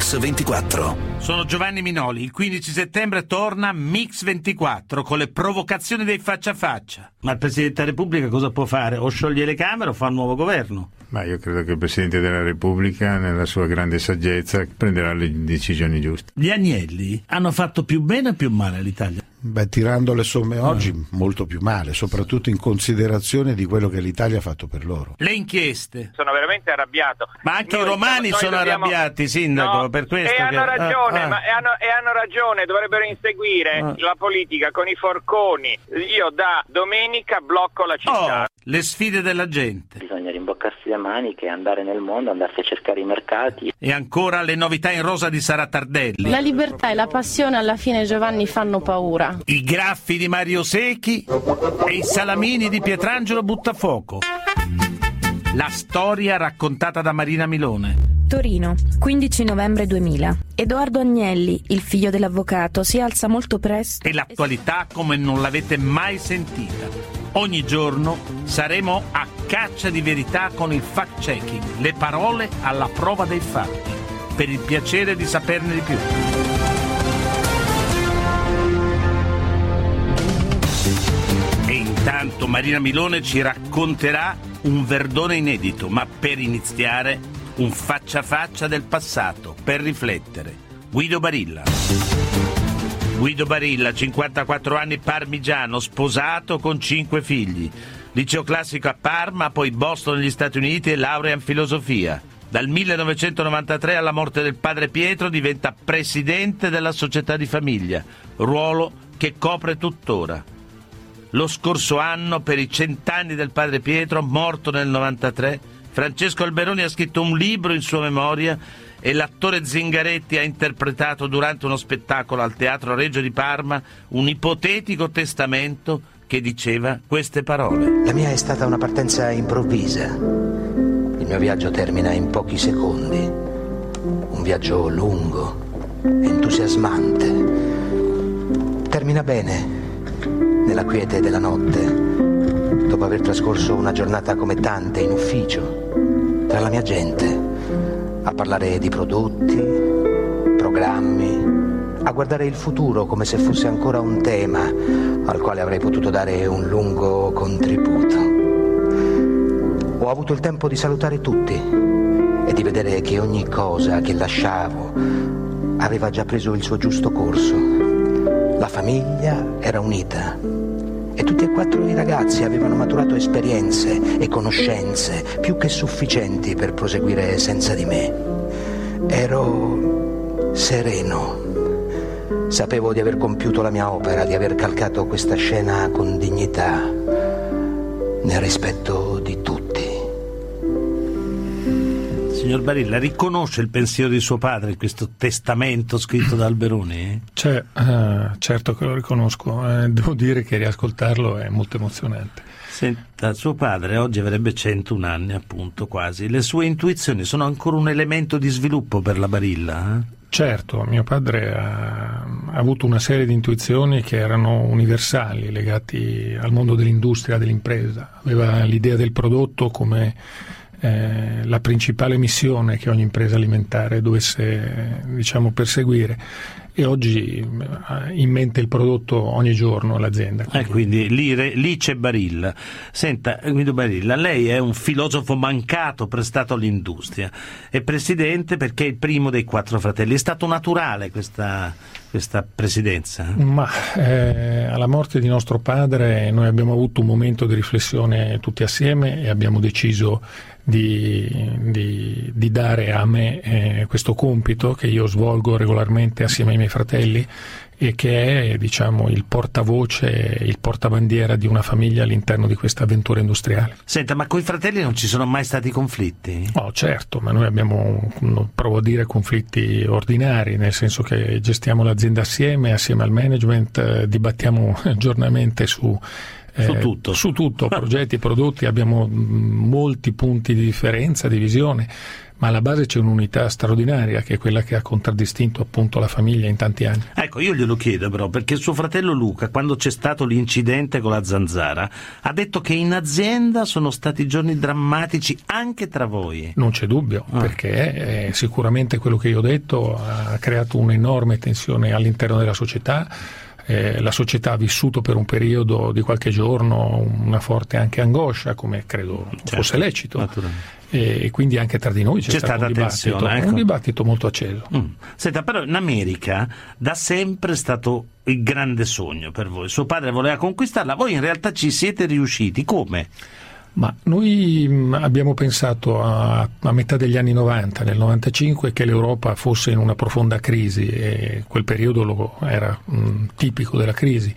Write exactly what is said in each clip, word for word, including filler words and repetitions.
Mix ventiquattro. Sono Giovanni Minoli. Il quindici settembre torna Mix ventiquattro con le provocazioni dei faccia a faccia. Ma il Presidente della Repubblica cosa può fare? O scioglie le Camere o fa un nuovo governo? Ma io credo che il Presidente della Repubblica, nella sua grande saggezza, prenderà le decisioni giuste. Gli Agnelli hanno fatto più bene o più male all'Italia? Beh, tirando le somme oggi, ah. molto più male, soprattutto in considerazione di quello che l'Italia ha fatto per loro. Le inchieste. Sono veramente arrabbiato. Ma anche noi, i romani noi sono dobbiamo... arrabbiati, sindaco, no, per questo. E hanno che... ragione, ah, ah. ma e hanno, e hanno ragione, dovrebbero inseguire ah. la politica con i forconi. Io da domenica blocco la città. Oh, le sfide della gente. Bisogna rimboccarsi le maniche e andare nel mondo, andarsi a cercare i mercati. E ancora le novità in rosa di Sara Tardelli. La libertà e la passione alla fine, Giovanni, fanno paura. I graffi di Mario Secchi e i salamini di Pietrangelo Buttafuoco. La storia raccontata da Marina Milone. Torino, quindici novembre duemila. Edoardo Agnelli, il figlio dell'avvocato, si alza molto presto. E l'attualità come non l'avete mai sentita. Ogni giorno saremo a caccia di verità con il fact-checking, le parole alla prova dei fatti, per il piacere di saperne di più. E intanto Marina Milone ci racconterà un Verdone inedito, ma per iniziare un faccia a faccia del passato, per riflettere. Guido Barilla. Guido Barilla, cinquantaquattro anni, parmigiano, sposato con cinque figli. Liceo classico a Parma, poi Boston negli Stati Uniti e laurea in filosofia. Dal millenovecentonovantatré alla morte del padre Pietro diventa presidente della società di famiglia, ruolo che copre tuttora. Lo scorso anno, per i cent'anni del padre Pietro, morto nel novantatré, Francesco Alberoni ha scritto un libro in sua memoria e l'attore Zingaretti ha interpretato durante uno spettacolo al Teatro Regio di Parma un ipotetico testamento che diceva queste parole. La mia è stata una partenza improvvisa. Il mio viaggio termina in pochi secondi. Un viaggio lungo, entusiasmante. Termina bene, nella quiete della notte, dopo aver trascorso una giornata come tante in ufficio, tra la mia gente, a parlare di prodotti, programmi, a guardare il futuro come se fosse ancora un tema al quale avrei potuto dare un lungo contributo. Ho avuto il tempo di salutare tutti e di vedere che ogni cosa che lasciavo aveva già preso il suo giusto corso. La famiglia era unita e tutti e quattro i ragazzi avevano maturato esperienze e conoscenze più che sufficienti per proseguire senza di me. Ero sereno. Sapevo di aver compiuto la mia opera, di aver calcato questa scena con dignità, nel rispetto di tutti. Signor Barilla, riconosce il pensiero di suo padre in questo testamento scritto da Alberoni? Cioè, uh, certo che lo riconosco, eh, devo dire che riascoltarlo è molto emozionante. Senta, suo padre oggi avrebbe centuno anni, appunto, quasi. Le sue intuizioni sono ancora un elemento di sviluppo per la Barilla? Eh? Certo, mio padre ha, ha avuto una serie di intuizioni che erano universali, legati al mondo dell'industria, dell'impresa. Aveva l'idea del prodotto come Eh, la principale missione che ogni impresa alimentare dovesse, diciamo, perseguire, e oggi ha in mente il prodotto ogni giorno l'azienda. Quindi, eh, quindi lì, lì c'è Barilla. Senta, Guido Barilla, lei è un filosofo mancato prestato all'industria, è presidente perché è il primo dei quattro fratelli. È stato naturale questa, questa presidenza? Ma eh, alla morte di nostro padre noi abbiamo avuto un momento di riflessione tutti assieme e abbiamo deciso Di, di, di dare a me eh, questo compito che io svolgo regolarmente assieme ai miei fratelli e che è, diciamo, il portavoce, il portabandiera di una famiglia all'interno di questa avventura industriale. Senta, ma coi fratelli non ci sono mai stati conflitti? Oh, certo, ma noi abbiamo, provo a dire, conflitti ordinari, nel senso che gestiamo l'azienda assieme, assieme al management, eh, dibattiamo giornalmente su Eh, su tutto, su tutto progetti, prodotti, abbiamo molti punti di differenza, di visione, ma alla base c'è un'unità straordinaria che è quella che ha contraddistinto appunto la famiglia in tanti anni. Ecco, io glielo chiedo però perché suo fratello Luca, quando c'è stato l'incidente con la zanzara, ha detto che in azienda sono stati giorni drammatici anche tra voi. Non c'è dubbio, ah. perché eh, sicuramente quello che io ho detto ha creato un'enorme tensione all'interno della società. Eh, la società ha vissuto per un periodo di qualche giorno una forte anche angoscia, come credo certo, fosse lecito, e quindi anche tra di noi c'è, c'è stato stata un dibattito, tensione, ecco. un dibattito molto acceso. Mm. Senta, però in America da sempre è stato il grande sogno per voi. Suo padre voleva conquistarla, voi in realtà ci siete riusciti. Come? Ma noi abbiamo pensato a, a metà degli anni novanta, nel novantacinque, che l'Europa fosse in una profonda crisi, e quel periodo lo, era mh, tipico della crisi,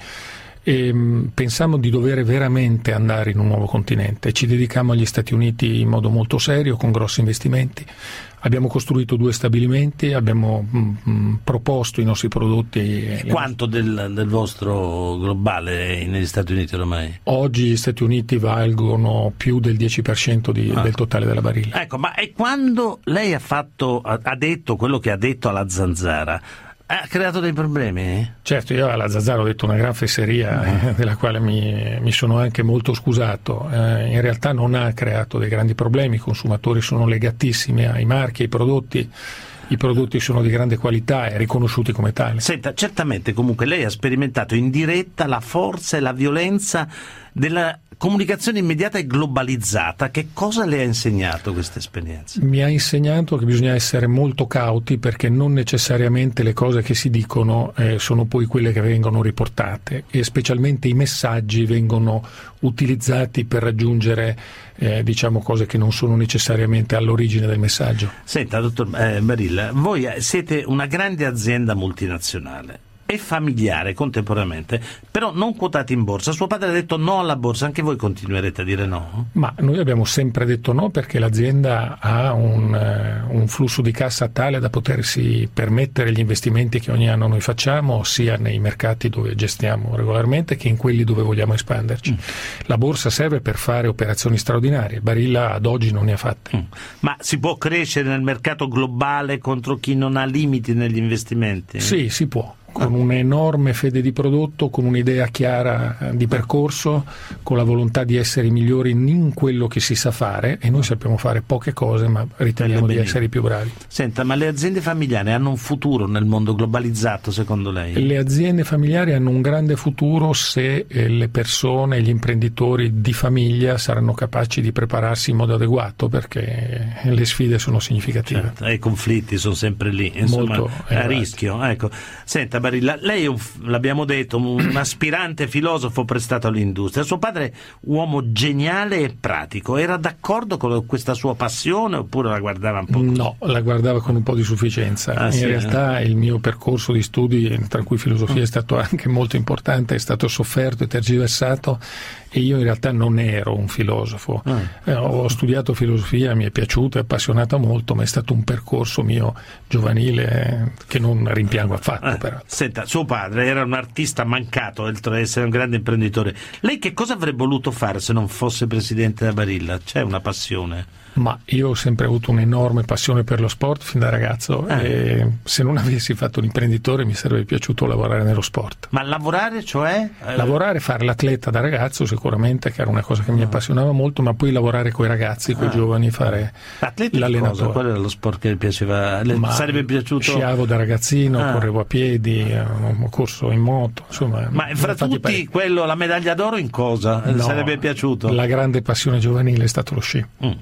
e mh, pensammo di dover veramente andare in un nuovo continente. Ci dedicammo agli Stati Uniti in modo molto serio, con grossi investimenti. Abbiamo costruito due stabilimenti, abbiamo mh, proposto i nostri prodotti. Quanto del, del vostro globale è negli Stati Uniti ormai? Oggi gli Stati Uniti valgono più del dieci per cento di, ah. del totale della Barilla. Ecco, ma e quando lei ha fatto, ha, ha detto quello che ha detto alla zanzara, ha creato dei problemi? Certo, io alla zanzara ho detto una gran fesseria, eh, della quale mi, mi sono anche molto scusato. Eh, in realtà non ha creato dei grandi problemi, i consumatori sono legatissimi ai marchi, ai prodotti. I prodotti sono di grande qualità e riconosciuti come tali. Senta, certamente comunque lei ha sperimentato in diretta la forza e la violenza della comunicazione immediata e globalizzata. Che cosa le ha insegnato questa esperienza? Mi ha insegnato che bisogna essere molto cauti, perché non necessariamente le cose che si dicono eh, sono poi quelle che vengono riportate, e specialmente i messaggi vengono utilizzati per raggiungere eh, diciamo cose che non sono necessariamente all'origine del messaggio. Senta, dottor eh, Barilla, voi siete una grande azienda multinazionale e familiare contemporaneamente, però non quotati in borsa. Suo padre ha detto no alla borsa, anche voi continuerete a dire no? Ma noi abbiamo sempre detto no, perché l'azienda ha un, uh, un flusso di cassa tale da potersi permettere gli investimenti che ogni anno noi facciamo, sia nei mercati dove gestiamo regolarmente che in quelli dove vogliamo espanderci. Mm. La borsa serve per fare operazioni straordinarie, Barilla ad oggi non ne ha fatte. Mm. Ma si può crescere nel mercato globale contro chi non ha limiti negli investimenti? Sì, si può. Con un'enorme fede di prodotto, con un'idea chiara di percorso, con la volontà di essere i migliori in quello che si sa fare, e noi sappiamo fare poche cose, ma riteniamo di essere i più bravi. Senta, ma le aziende familiari hanno un futuro nel mondo globalizzato, secondo lei? Le aziende familiari hanno un grande futuro se eh, le persone, gli imprenditori di famiglia saranno capaci di prepararsi in modo adeguato, perché le sfide sono significative. Certo, e i conflitti sono sempre lì, insomma, molto a rischio. Ecco. Senta, Barilla, lei è un, l'abbiamo detto, un aspirante filosofo prestato all'industria. Suo padre, uomo geniale e pratico, era d'accordo con questa sua passione oppure la guardava un po'? No, la guardava con un po' di sufficienza. Ah, in sì, realtà eh? il mio percorso di studi, tra cui filosofia, mm. è stato anche molto importante, è stato sofferto e tergiversato, e io in realtà non ero un filosofo. Mm. Eh, ho studiato filosofia, mi è piaciuto, è appassionato molto, ma è stato un percorso mio giovanile che non rimpiango affatto. Eh. Però. Senta, suo padre era un artista mancato, oltre ad essere un grande imprenditore. Lei che cosa avrebbe voluto fare se non fosse presidente della Barilla? C'è una passione? Ma io ho sempre avuto un'enorme passione per lo sport fin da ragazzo, ah. e se non avessi fatto l'imprenditore mi sarebbe piaciuto lavorare nello sport. Ma lavorare, cioè? Lavorare, fare l'atleta da ragazzo sicuramente, che era una cosa che mi appassionava molto, ma poi lavorare con i ragazzi, con i ah. giovani, fare l'atleta l'allenatore. Cosa? Qual era lo sport che le piaceva? Le ma sarebbe piaciuto? Sciavo da ragazzino, ah. correvo a piedi, ho corso in moto, insomma. Ma fra tutti pari. quello, la medaglia d'oro in cosa? No, sarebbe piaciuto? La grande passione giovanile è stato lo sci. Mm.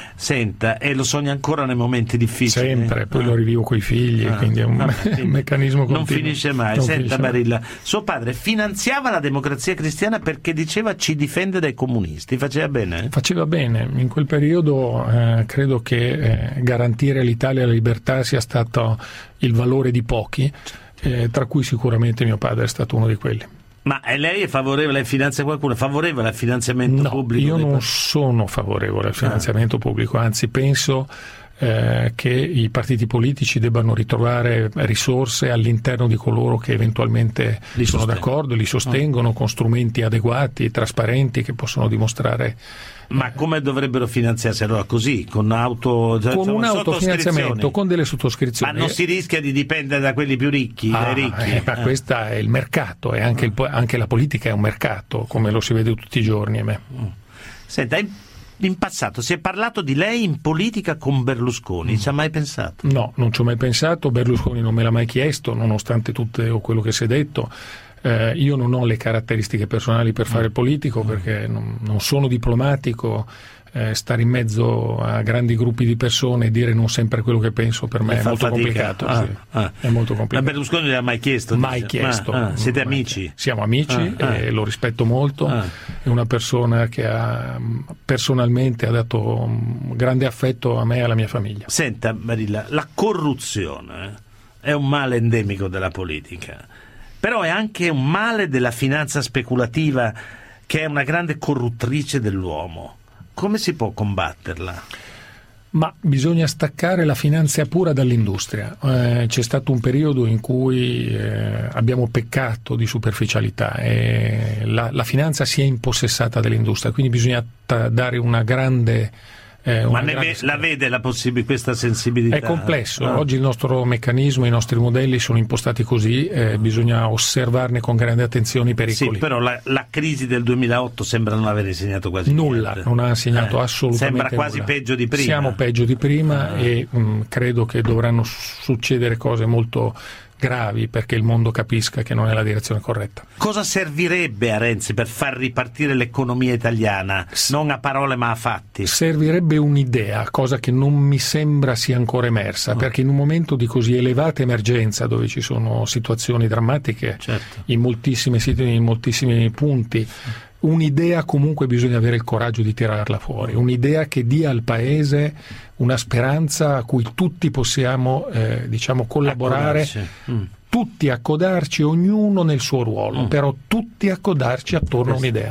Senta, e lo sogna ancora nei momenti difficili? Sempre, poi ah. lo rivivo coi figli, ah. quindi è un, ah, un meccanismo continuo. Non finisce mai. Non Senta finisce Barilla, mai. Suo padre finanziava la Democrazia Cristiana perché diceva ci difende dai comunisti, faceva bene? Faceva bene, in quel periodo eh, credo che eh, garantire all'Italia la libertà sia stato il valore di pochi, eh, tra cui sicuramente mio padre è stato uno di quelli. Ma lei è favorevole, finanzia qualcuno, è favorevole al finanziamento no, pubblico? Io non sono favorevole al finanziamento ah. pubblico, anzi penso eh, che i partiti politici debbano ritrovare risorse all'interno di coloro che eventualmente li sono sostengo. d'accordo, li sostengono, oh. con strumenti adeguati, trasparenti, che possono dimostrare. Ma come dovrebbero finanziarsi allora? Così, con auto, cioè, con un autofinanziamento, con delle sottoscrizioni. Ma non si rischia di dipendere da quelli più ricchi, ah, dai ricchi? Eh, ma eh. questo è il mercato, e anche, il, anche la politica è un mercato, come lo si vede tutti i giorni. A me. Senta, in, in passato si è parlato di lei in politica con Berlusconi, mm. ci ha mai pensato? No, non ci ho mai pensato, Berlusconi non me l'ha mai chiesto, nonostante tutto quello che si è detto. Eh, io non ho le caratteristiche personali per fare politico, perché non, non sono diplomatico, eh, stare in mezzo a grandi gruppi di persone e dire non sempre quello che penso per me è molto fatica. complicato. Ah, sì. ah. È molto complicato. Ma Berlusconi non l'ha mai chiesto? Mai dice. chiesto. Ah, ah, siete mai amici? chiesto. Siamo amici ah, e ah. lo rispetto molto. Ah. È una persona che ha personalmente ha dato un grande affetto a me e alla mia famiglia. Senta Marilla, la corruzione è un male endemico della politica. Però è anche un male della finanza speculativa, che è una grande corruttrice dell'uomo. Come si può combatterla? Ma bisogna staccare la finanza pura dall'industria. Eh, c'è stato un periodo in cui eh, abbiamo peccato di superficialità e la, la finanza si è impossessata dell'industria, quindi bisogna t- dare una grande... Eh, Ma ne ve- la vede la possib- questa sensibilità? È complesso, ah. oggi il nostro meccanismo, i nostri modelli sono impostati così, eh, bisogna osservarne con grande attenzione i pericoli. Sì, però la, la crisi del duemilaotto sembra non aver insegnato quasi nulla, niente. non ha insegnato eh, assolutamente sembra quasi nulla. peggio di prima. Siamo peggio di prima ah. e mh, credo che dovranno succedere cose molto gravi perché il mondo capisca che non è la direzione corretta. Cosa servirebbe a Renzi per far ripartire l'economia italiana? Non a parole ma a fatti. Servirebbe un'idea, cosa che non mi sembra sia ancora emersa, oh. perché in un momento di così elevata emergenza, dove ci sono situazioni drammatiche, certo. in moltissime situazioni, in moltissimi punti, un'idea comunque bisogna avere il coraggio di tirarla fuori, un'idea che dia al Paese una speranza a cui tutti possiamo eh, diciamo collaborare, mm. tutti accodarci, ognuno nel suo ruolo, mm. però tutti accodarci attorno a un'idea.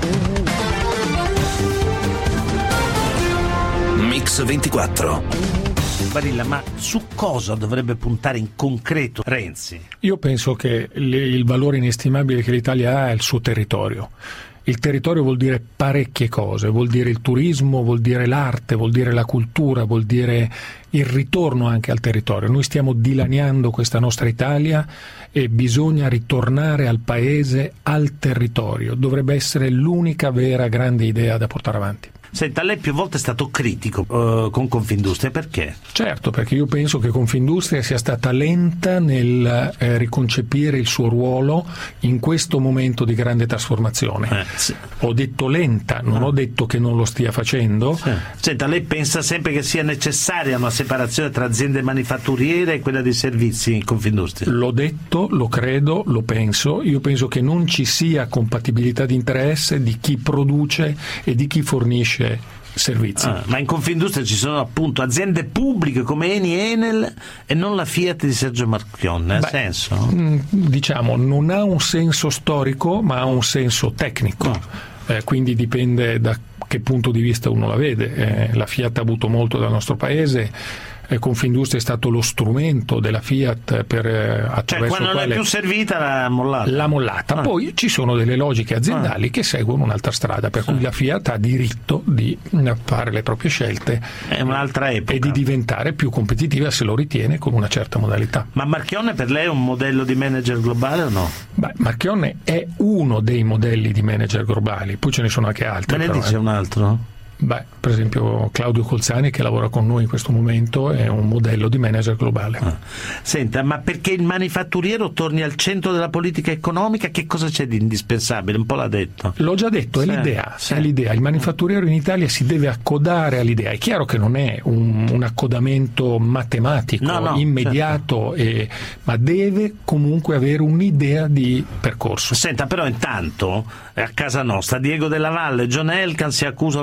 Mix ventiquattro. Barilla, ma su cosa dovrebbe puntare in concreto Renzi? Io penso che le, il valore inestimabile che l'Italia ha è il suo territorio. Il territorio vuol dire parecchie cose, vuol dire il turismo, vuol dire l'arte, vuol dire la cultura, vuol dire il ritorno anche al territorio. Noi stiamo dilaniando questa nostra Italia e bisogna ritornare al paese, al territorio. Dovrebbe essere l'unica vera grande idea da portare avanti. Senta, lei più volte è stato critico uh, con Confindustria, perché? Certo, perché io penso che Confindustria sia stata lenta nel eh, riconcepire il suo ruolo in questo momento di grande trasformazione. Eh, sì. Ho detto lenta, non ah. ho detto che non lo stia facendo. Sì. Senta, lei pensa sempre che sia necessaria una separazione tra aziende manifatturiere e quella dei servizi in Confindustria? L'ho detto, lo credo, lo penso. Io penso che non ci sia compatibilità di interesse di chi produce e di chi fornisce servizi. Ah, ma in Confindustria ci sono appunto aziende pubbliche come Eni e Enel e non la Fiat di Sergio Marchionne, ha Beh, senso? Mh, diciamo, non ha un senso storico ma ha un senso tecnico, oh. eh, quindi dipende da che punto di vista uno la vede. Eh, la Fiat ha avuto molto dal nostro paese, Confindustria è stato lo strumento della Fiat per eh, attraverso cioè quando quale non è più servita l'ha mollata, l'ha mollata. Ah. Poi ci sono delle logiche aziendali ah. che seguono un'altra strada, per sì. cui la Fiat ha diritto di fare le proprie scelte, è un'altra epoca, e di diventare più competitiva se lo ritiene con una certa modalità. Ma Marchionne per lei è un modello di manager globale o no? Beh, Marchionne è uno dei modelli di manager globali, poi ce ne sono anche altri. Me ne però, dice eh. un altro? Beh, per esempio Claudio Colzani, che lavora con noi in questo momento, è un modello di manager globale. Ah. Senta, ma perché il manifatturiero torni al centro della politica economica, che cosa c'è di indispensabile? Un po' l'ha detto. L'ho già detto, è sì, l'idea, sì. è l'idea. Il manifatturiero in Italia si deve accodare all'idea. È chiaro che non è un, un accodamento matematico, no, no, immediato, certo. e, ma deve comunque avere un'idea di percorso. Senta, però intanto a casa nostra Diego Della Valle e John Elkann si accusano l'uno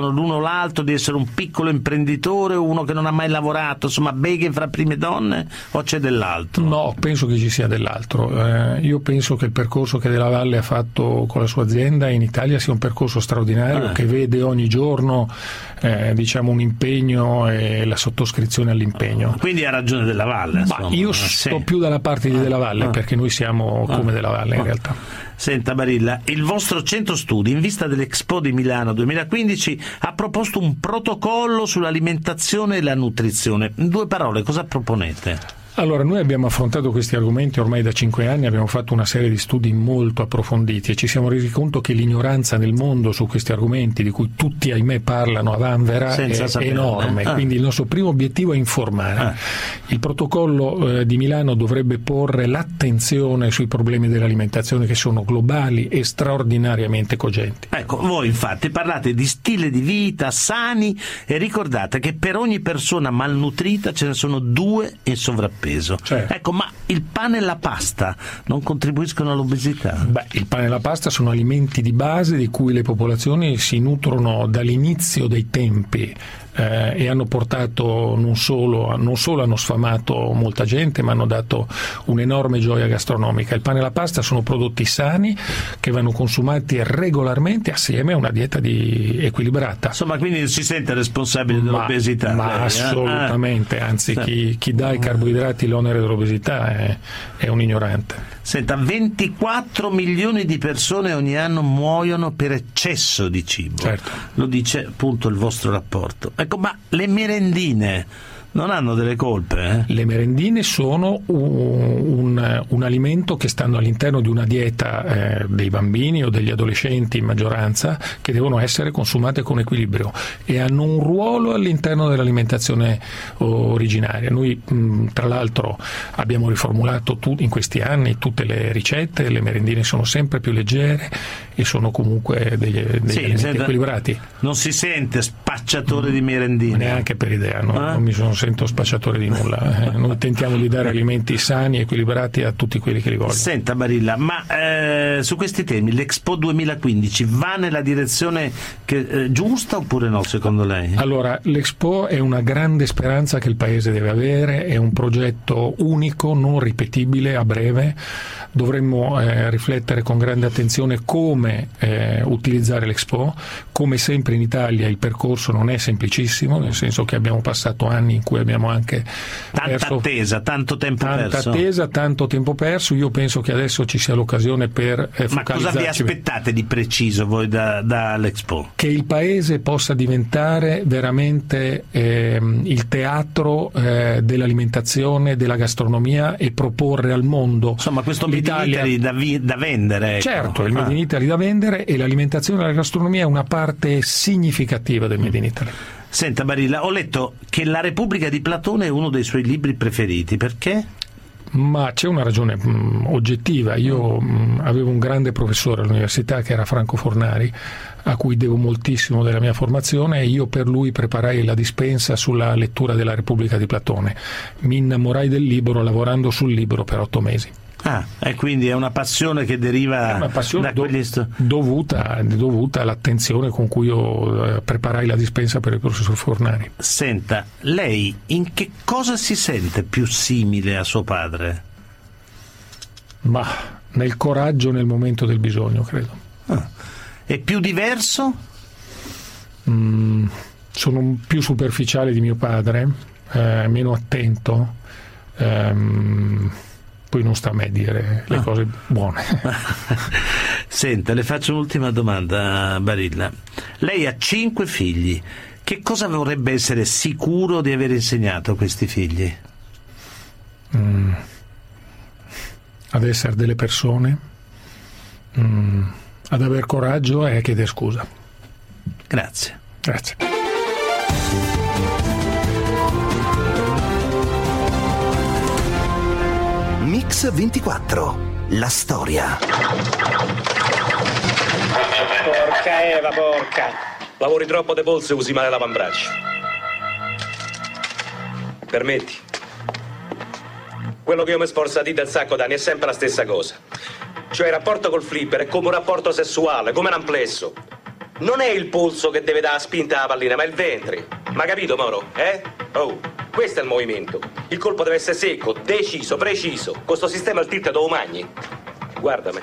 l'altro, di essere un piccolo imprenditore o uno che non ha mai lavorato, insomma beghe fra prime donne, o c'è dell'altro? No, penso che ci sia dell'altro. Eh, io penso che il percorso che Della Valle ha fatto con la sua azienda in Italia sia un percorso straordinario, eh. che vede ogni giorno eh, diciamo un impegno e la sottoscrizione all'impegno. Quindi ha ragione Della Valle. Ma io sto sì. più dalla parte di Della Valle, ah. perché noi siamo ah. come Della Valle in ah. realtà. Senta Barilla, il vostro centro studi in vista dell'Expo di Milano duemilaquindici ha proposto un protocollo sull'alimentazione e la nutrizione. In due parole, cosa proponete? Allora, noi abbiamo affrontato questi argomenti ormai da cinque anni, abbiamo fatto una serie di studi molto approfonditi e ci siamo resi conto che l'ignoranza nel mondo su questi argomenti, di cui tutti ahimè parlano a vanvera, Senza è sapere. enorme. Ah. Quindi il nostro primo obiettivo è informare. Ah. Il protocollo eh, di Milano dovrebbe porre l'attenzione sui problemi dell'alimentazione, che sono globali e straordinariamente cogenti. Ecco, voi infatti parlate di stile di vita sani e ricordate che per ogni persona malnutrita ce ne sono due in sovrappeso. Certo. Ecco, ma il pane e la pasta non contribuiscono all'obesità? Beh, il pane e la pasta sono alimenti di base di cui le popolazioni si nutrono dall'inizio dei tempi. Eh, e hanno portato non solo, non solo hanno sfamato molta gente, ma hanno dato un'enorme gioia gastronomica. Il pane e la pasta sono prodotti sani che vanno consumati regolarmente assieme a una dieta di equilibrata. Insomma, quindi non si sente responsabile dell'obesità? Ma, ma lei, assolutamente, eh? anzi sì. chi, chi dà ai carboidrati l'onere dell'obesità è, è un ignorante. Senta, ventiquattro milioni di persone ogni anno muoiono per eccesso di cibo. Certo. Lo dice appunto il vostro rapporto. Ecco, ma le merendine non hanno delle colpe? Eh? Le merendine sono un, un, un alimento che stanno all'interno di una dieta eh, dei bambini o degli adolescenti in maggioranza, che devono essere consumate con equilibrio e hanno un ruolo all'interno dell'alimentazione originaria. Noi mh, tra l'altro abbiamo riformulato tu, in questi anni tutte le ricette, le merendine sono sempre più leggere e sono comunque degli, degli sì, alimenti senta, equilibrati. Non si sente spacciatore mm, di merendine? Neanche per idea, no? eh? Non mi sono sento spacciatore di nulla. Eh, noi tentiamo di dare alimenti sani e equilibrati a tutti quelli che li vogliono. Senta Barilla, ma eh, su questi temi l'Expo duemilaquindici va nella direzione che, eh, giusta oppure no, secondo lei? Allora, l'Expo è una grande speranza che il Paese deve avere, è un progetto unico, non ripetibile, a breve. Dovremmo eh, riflettere con grande attenzione come eh, utilizzare l'Expo. Come sempre in Italia il percorso non è semplicissimo, nel senso che abbiamo passato anni in cui abbiamo anche tanta perso, attesa, tanto tempo tanta perso. attesa, tanto tempo perso. Io penso che adesso ci sia l'occasione per eh, Ma cosa vi aspettate di preciso voi da, dall'Expo? Che il Paese possa diventare veramente eh, il teatro eh, dell'alimentazione, della gastronomia, e proporre al mondo, insomma, questo Made in Italy da, vi, da vendere. Ecco. Certo, il Made in Italy da vendere, e l'alimentazione e la gastronomia è una parte significativa del Made in Italy. Senta Barilla, ho letto che La Repubblica di Platone è uno dei suoi libri preferiti, perché? Ma c'è una ragione mh, oggettiva. Io mh, avevo un grande professore all'università che era Franco Fornari, a cui devo moltissimo della mia formazione, e io per lui preparai la dispensa sulla lettura della Repubblica di Platone. Mi innamorai del libro lavorando sul libro per otto mesi. Ah, e quindi è una passione che deriva è una passione da quegli st- dovuta, dovuta all'attenzione con cui io eh, preparai la dispensa per il professor Fornari. Senta, lei in che cosa si sente più simile a suo padre? Ma nel coraggio nel momento del bisogno, credo. Ah. E più diverso? Mm, sono più superficiale di mio padre, eh, meno attento. Ehm, Poi non sta a me dire le ah. cose buone. Senta, le faccio un'ultima domanda, Barilla. Lei ha cinque figli. Che cosa vorrebbe essere sicuro di aver insegnato a questi figli? Mm. Ad essere delle persone, mm. ad aver coraggio e a chiedere scusa. Grazie. Grazie. Mix ventiquattro, la storia. Porca Eva, porca. Lavori troppo de polso e usi male l'avambraccio. Permetti? Quello che io mi sforzo a dire del sacco d'anni è sempre la stessa cosa. Cioè il rapporto col flipper è come un rapporto sessuale, come un amplesso. Non è il polso che deve dare la spinta alla pallina, ma il ventre. Ma capito, Mauro? Eh? Oh, questo è il movimento. Il colpo deve essere secco, deciso, preciso. Con sto sistema il tilt dove magni. Guardami.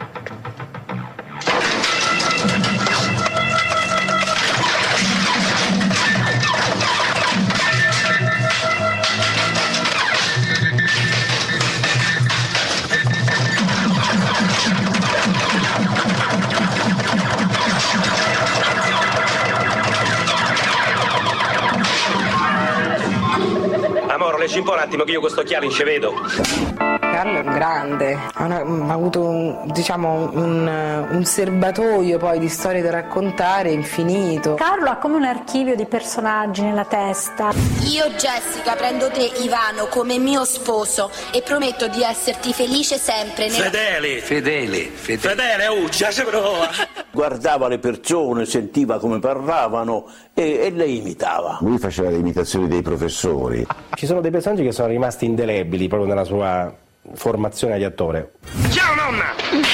Amore, leggi un po' un attimo che io questo occhiale non ci vedo. Carlo è un grande, ha, una, ha avuto un, diciamo, un, un serbatoio poi di storie da raccontare infinito. Carlo ha come un archivio di personaggi nella testa. Io, Jessica, prendo te, Ivano, come mio sposo e prometto di esserti felice sempre. Nel... Fedele, fedele, fedele. Fedele, Uccia, si prova. Guardava le persone, sentiva come parlavano e, e le imitava. Lui faceva le imitazioni dei professori. Ci sono dei personaggi che sono rimasti indelebili proprio nella sua formazione di attore. Ciao nonna!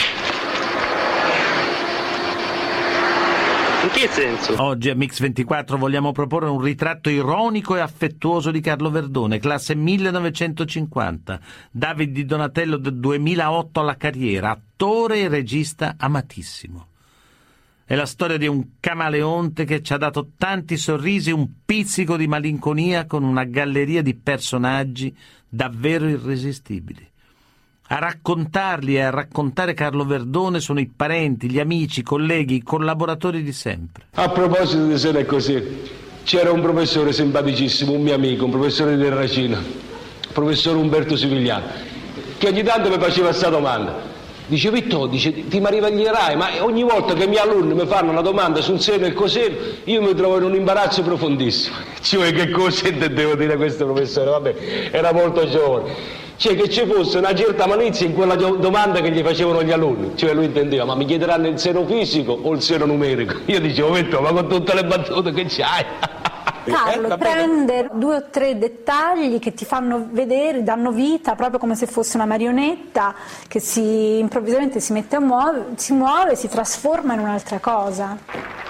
In che senso? Oggi a Mix ventiquattro vogliamo proporre un ritratto ironico e affettuoso di Carlo Verdone, classe millenovecentocinquanta. David Di Donatello del duemilaotto alla carriera, attore e regista amatissimo. È la storia di un camaleonte che ci ha dato tanti sorrisi e un pizzico di malinconia con una galleria di personaggi davvero irresistibili. A raccontarli e a raccontare Carlo Verdone sono i parenti, gli amici, i colleghi, i collaboratori di sempre. A proposito di se è così, c'era un professore simpaticissimo, un mio amico, un professore di Terracina, il professor Umberto Sivigliano, che ogni tanto mi faceva questa domanda. Dice, Vittorio, dice, ti meraviglierai, ma ogni volta che i miei alunni mi fanno una domanda sul seno e il coseno, io mi trovo in un imbarazzo profondissimo. Cioè, che cosa devo dire a questo professore? Vabbè, era molto giovane. Cioè, che ci fosse una certa malizia in quella domanda che gli facevano gli alunni. Cioè, lui intendeva, ma mi chiederanno il seno fisico o il seno numerico? Io dicevo, Vittorio, ma con tutte le battute che c'hai... Carlo eh, prende due o tre dettagli che ti fanno vedere, danno vita proprio come se fosse una marionetta che si, improvvisamente si mette a muovere, si muove, si trasforma in un'altra cosa.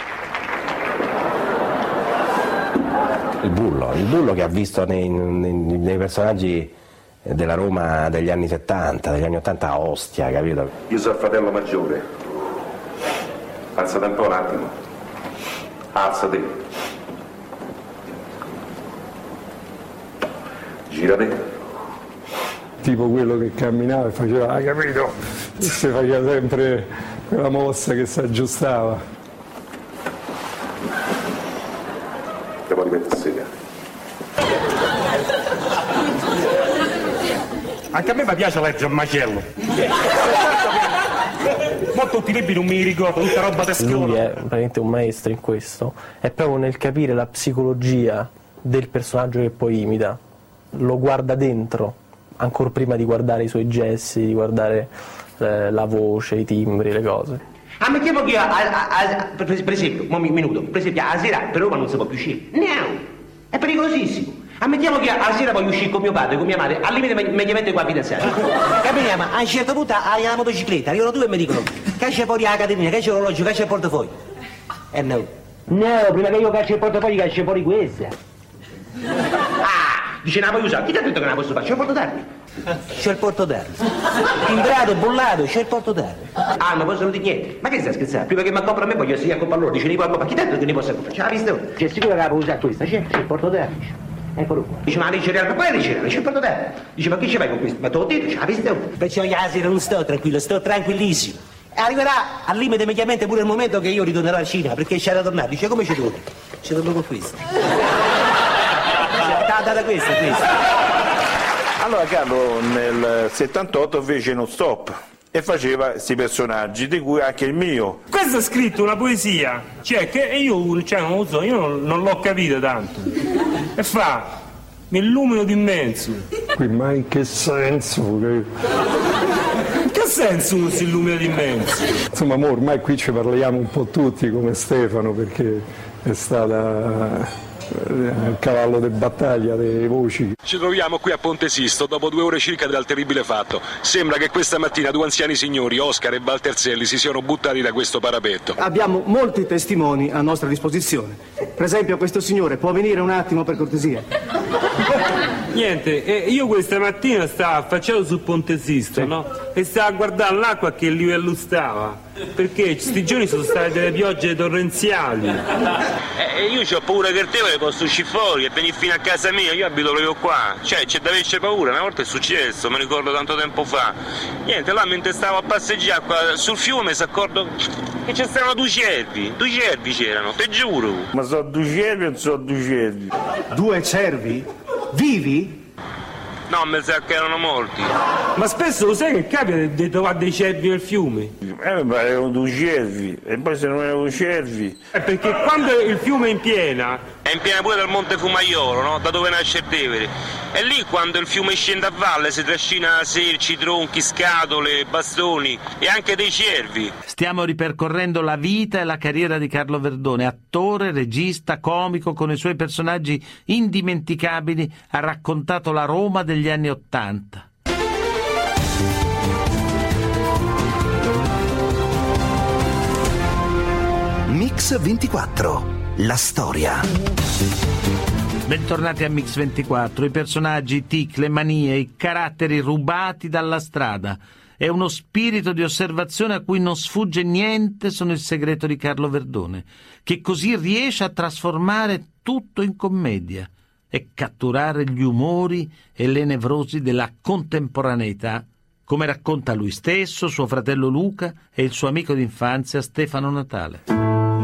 Il bullo, il bullo che ha visto nei, nei, nei personaggi della Roma degli anni settanta, degli anni ottanta a Ostia, capito? Io sono il fratello maggiore. Alzate un po' un attimo. Alzati. Girati. Tipo quello che camminava e faceva, hai capito? E si faceva sempre quella mossa che si aggiustava. Devo rimettere sega. Anche a me mi piace leggere il macello. Ma tutti i libri non mi ricordo, tutta roba da scuola. Lui è veramente un maestro in questo, è proprio nel capire la psicologia del personaggio che poi imita. Lo guarda dentro, ancora prima di guardare i suoi gesti, di guardare eh, la voce, i timbri, le cose. Ammettiamo che, a, a, a, per, per esempio, un minuto, per esempio, a sera per Roma non si può più uscire. No, è pericolosissimo. Ammettiamo che a sera voglio uscire con mio padre, con mia madre, al limite mediamente qua a fidanzata. Capiamo, a un certo punto hai la motocicletta, arrivano due e mi dicono, caccia fuori la catenina, caccia l'orologio, caccia il portafoglio. Eh no. No, prima che io caccia il portafoglio, caccia fuori questa. Dice, non la voglio usare, chi ti ha detto che non la posso fare? C'è il portoterra. C'è il portoterra. Timbrato, bollato, c'è il portoterra. Ah, non posso dire niente. Ma che stai scherzando? Prima che mi compra a me voglio essere a comprare loro. Dice, ne puoi comprare. Chi ti ha detto che ne posso comprare? C'è la vista ora. C'è sicuro che la può usare questa? C'è, c'è il portoterra. Eccolo qua. Dice, ma la cereale, ma quale ricereale? C'è il portoterra. Dice, ma che ci fai con questo? Ma te l'ho detto, c'è la vista ora. Perciò io la sera non sto tranquillo, sto tranquillissimo. E arriverà al limite mediamente pure il momento che io ritornerò al cinema, perché c'è da tornare. Dice, come ci torni? Ci torno con questo. Data questa, questa. Allora Carlo nel settantotto fece uno stop e faceva questi personaggi, di cui anche il mio. Questo è scritto una poesia, cioè che io, cioè, non lo so, io non, non l'ho capito tanto. E fa, mi illumino d'immenso. Ma in che senso? In che senso uno si illumina d'immenso? Insomma, ormai qui ci parliamo un po' tutti come Stefano, perché è stata il cavallo di battaglia, delle voci. Ci troviamo qui a Ponte Sisto dopo due ore circa dal terribile fatto. Sembra che questa mattina due anziani signori, Oscar e Balterzelli, si siano buttati da questo parapetto. Abbiamo molti testimoni a nostra disposizione. Per esempio questo signore, può venire un attimo per cortesia? Niente, eh, io questa mattina stavo affacciato sul Ponte Sisto, sì, no? E stavo a guardare l'acqua a che livello stava. Perché questi giorni sono state delle piogge torrenziali. Eh, io ho paura che il Tevere possa uscire fuori e venire fino a casa mia, io abito proprio qua. Cioè, c'è da averci paura, una volta è successo, mi ricordo tanto tempo fa. Niente, là mentre stavo a passeggiare qua sul fiume si accordo che ci stavano due cervi, due cervi c'erano, te giuro. Ma sono due cervi o non sono due cervi? Due cervi? Vivi? No, mi sa che erano morti. Ma spesso lo sai che capita di trovare dei cervi nel fiume? Eh, ma erano due cervi, e poi se non erano cervi... Eh, perché quando il fiume è in piena... È in piena pure dal Monte Fumaiolo, no? Da dove nasce il Tevere. E lì quando il fiume scende a valle si trascina selci, tronchi, scatole, bastoni e anche dei cervi. Stiamo ripercorrendo la vita e la carriera di Carlo Verdone, attore, regista, comico, con i suoi personaggi indimenticabili ha raccontato la Roma degli anni Ottanta. Mix ventiquattro, la storia. Bentornati a Mix ventiquattro, i personaggi, i tic, le manie, i caratteri rubati dalla strada. È uno spirito di osservazione a cui non sfugge niente, sono il segreto di Carlo Verdone, che così riesce a trasformare tutto in commedia e catturare gli umori e le nevrosi della contemporaneità, come racconta lui stesso, suo fratello Luca e il suo amico d'infanzia Stefano Natale.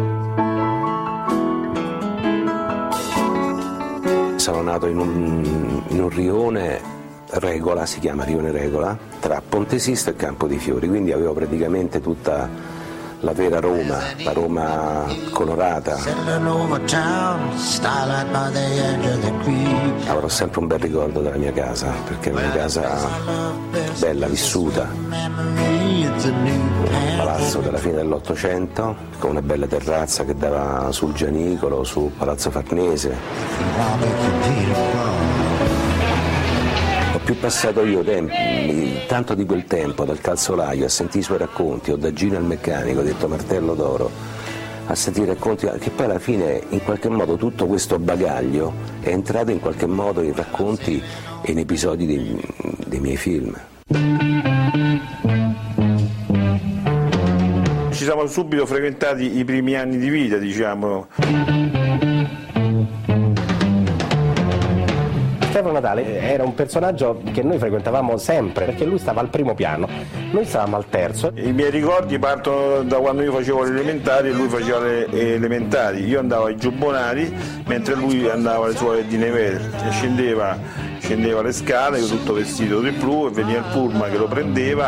Sono nato in un, in un rione Regola, si chiama rione Regola, tra Ponte Sisto e Campo dei Fiori, quindi avevo praticamente tutta la vera Roma, la Roma colorata. Avrò sempre un bel ricordo della mia casa, perché è una casa bella, vissuta, un palazzo della fine dell'Ottocento, con una bella terrazza che dava sul Gianicolo, sul Palazzo Farnese. Ho più passato io tempi, tanto di quel tempo, dal calzolaio a sentire i suoi racconti, o da Gino il meccanico, detto Martello d'Oro, a sentire racconti, che poi alla fine in qualche modo tutto questo bagaglio è entrato in qualche modo in racconti e in episodi dei, dei miei film. Ci siamo subito frequentati i primi anni di vita, diciamo. Stefano Natale era un personaggio che noi frequentavamo sempre, perché lui stava al primo piano, noi stavamo al terzo. I miei ricordi partono da quando io facevo le elementari e lui faceva le elementari. Io andavo ai Giubbonati mentre lui andava alle scuole di Nevere e scendeva, scendeva le scale tutto vestito di blu e veniva il pullman che lo prendeva.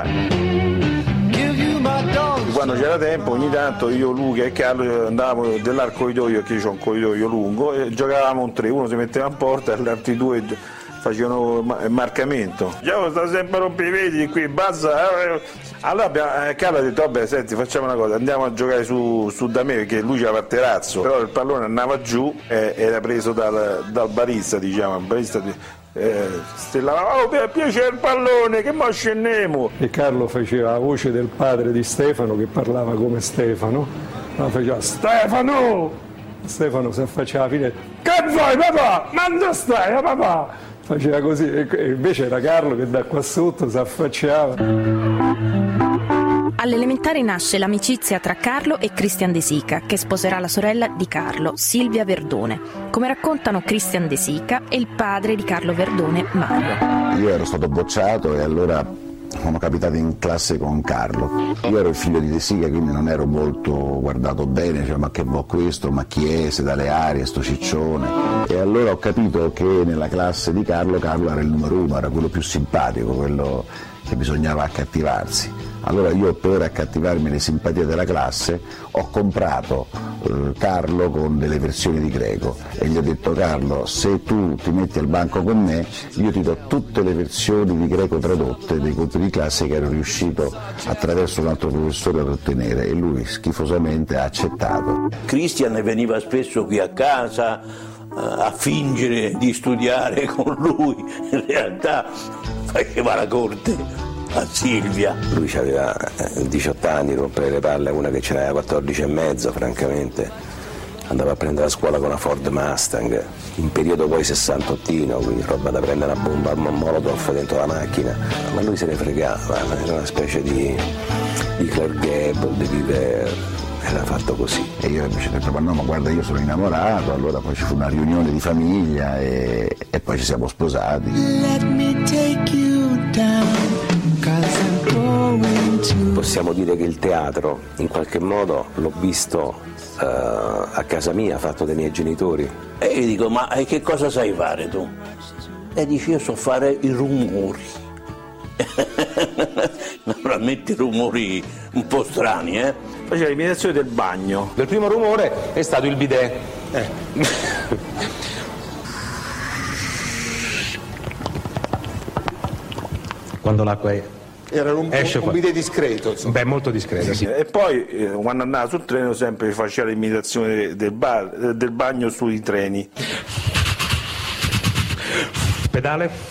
Quando c'era tempo ogni tanto io, Luca e Carlo andavamo dell'arcoidoio, perché io ho un corridoio lungo, e giocavamo un tre, uno si metteva in porta e gli altri due facevano marcamento. Io sto sempre a rompere i vetri qui, basta. Allora abbiamo, eh, Carlo ha detto vabbè senti facciamo una cosa, andiamo a giocare su, su da me, perché lui c'aveva il terrazzo, però il pallone andava giù e era preso dal, dal barista, diciamo, il barista di, Eh, stella, oh, per piacere il pallone, che mo scendiamo. E Carlo faceva la voce del padre di Stefano, che parlava come Stefano, ma faceva Stefano! Stefano si affacciava alla fine, che vuoi papà? Ma dove stai, papà? Faceva così, e invece era Carlo che da qua sotto si affacciava. All'elementare nasce l'amicizia tra Carlo e Christian De Sica, che sposerà la sorella di Carlo, Silvia Verdone, come raccontano Christian De Sica e il padre di Carlo Verdone, Mario. Io ero stato bocciato e allora sono capitato in classe con Carlo. Io ero il figlio di De Sica, quindi non ero molto guardato bene, cioè, ma che vuoi questo, ma chi è, se dalle arie, sto ciccione. E allora ho capito che nella classe di Carlo, Carlo era il numero uno, era quello più simpatico, quello che bisognava accattivarsi. Allora io, per accattivarmi le simpatie della classe, ho comprato eh, Carlo con delle versioni di greco e gli ho detto: Carlo, se tu ti metti al banco con me, io ti do tutte le versioni di greco tradotte dei compiti di classe che ero riuscito attraverso un altro professore ad ottenere, e lui schifosamente ha accettato. Christian veniva spesso qui a casa a fingere di studiare con lui, in realtà faceva la corte a Silvia. Lui aveva diciotto anni, rompere le palle a una che c'era quattordici e mezzo, francamente. Andava a prendere la scuola con una Ford Mustang, in periodo poi sessantottino, quindi roba da prendere una bomba al molotov dentro la macchina, ma lui se ne fregava, era una specie di, di Clark Gable, di Viver, era fatto così. E io invece ho detto, ma no, ma guarda, io sono innamorato, allora poi ci fu una riunione di famiglia e, e poi ci siamo sposati. Let me take you down, 'cause I'm going to... Possiamo dire che il teatro, in qualche modo, l'ho visto uh, a casa mia, fatto dai miei genitori. E io dico, ma che cosa sai fare tu? E dice, io so fare i rumori. Naturalmente rumori un po' strani, eh? Faceva l'imitazione del bagno. Il primo rumore è stato il bidet. Eh. Quando l'acqua è... Era un, esce un bidet discreto. Insomma. Beh, molto discreto, sì. E poi eh, quando andava sul treno sempre faceva l'imitazione del, bar, del bagno sui treni. Pedale.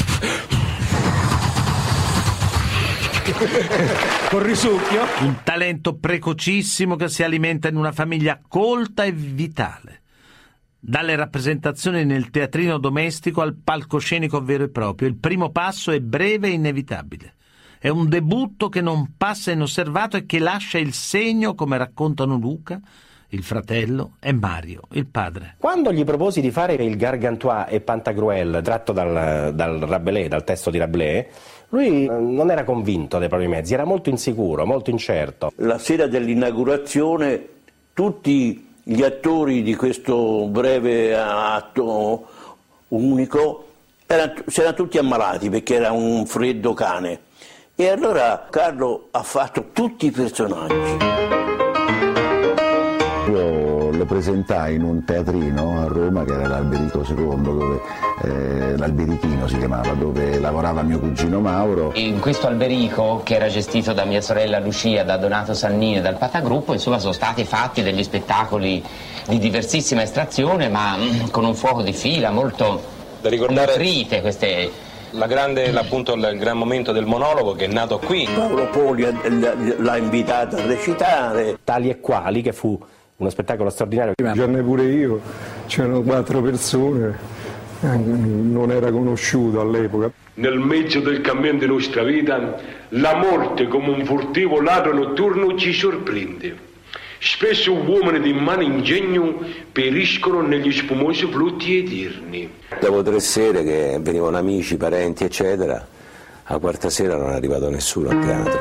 Con risucchio. Un talento precocissimo che si alimenta in una famiglia colta e vitale. Dalle rappresentazioni nel teatrino domestico al palcoscenico vero e proprio, il primo passo è breve e inevitabile. È un debutto che non passa inosservato e che lascia il segno, come raccontano Luca, il fratello, e Mario, il padre. Quando gli proposi di fare il Gargantua e Pantagruel, tratto dal, dal Rabelais, dal testo di Rabelais, lui non era convinto dei propri mezzi, era molto insicuro, molto incerto. La sera dell'inaugurazione tutti gli attori di questo breve atto unico erano, si erano tutti ammalati perché era un freddo cane. E allora Carlo ha fatto tutti i personaggi. Io lo presentai in un teatrino a Roma che era l'Alberico secondo, dove, eh, l'Alberichino si chiamava, dove lavorava mio cugino Mauro. In questo Alberico, che era gestito da mia sorella Lucia, da Donato Sannini e dal Patagruppo, insomma sono stati fatti degli spettacoli di diversissima estrazione, ma mh, con un fuoco di fila molto da ricordare nutrite queste... La grande, appunto, il gran momento del monologo che è nato qui. Paolo Poli l'ha invitato a recitare. Tali e quali, che fu uno spettacolo straordinario. Gianne pure io, c'erano quattro persone, non era conosciuto all'epoca. Nel mezzo del cammino della nostra vita, la morte come un furtivo ladro notturno ci sorprende. Spesso uomini di mano ingegno periscono negli spumosi flutti eterni. Dopo tre sere che venivano amici, parenti, eccetera, la quarta sera non è arrivato nessuno al teatro.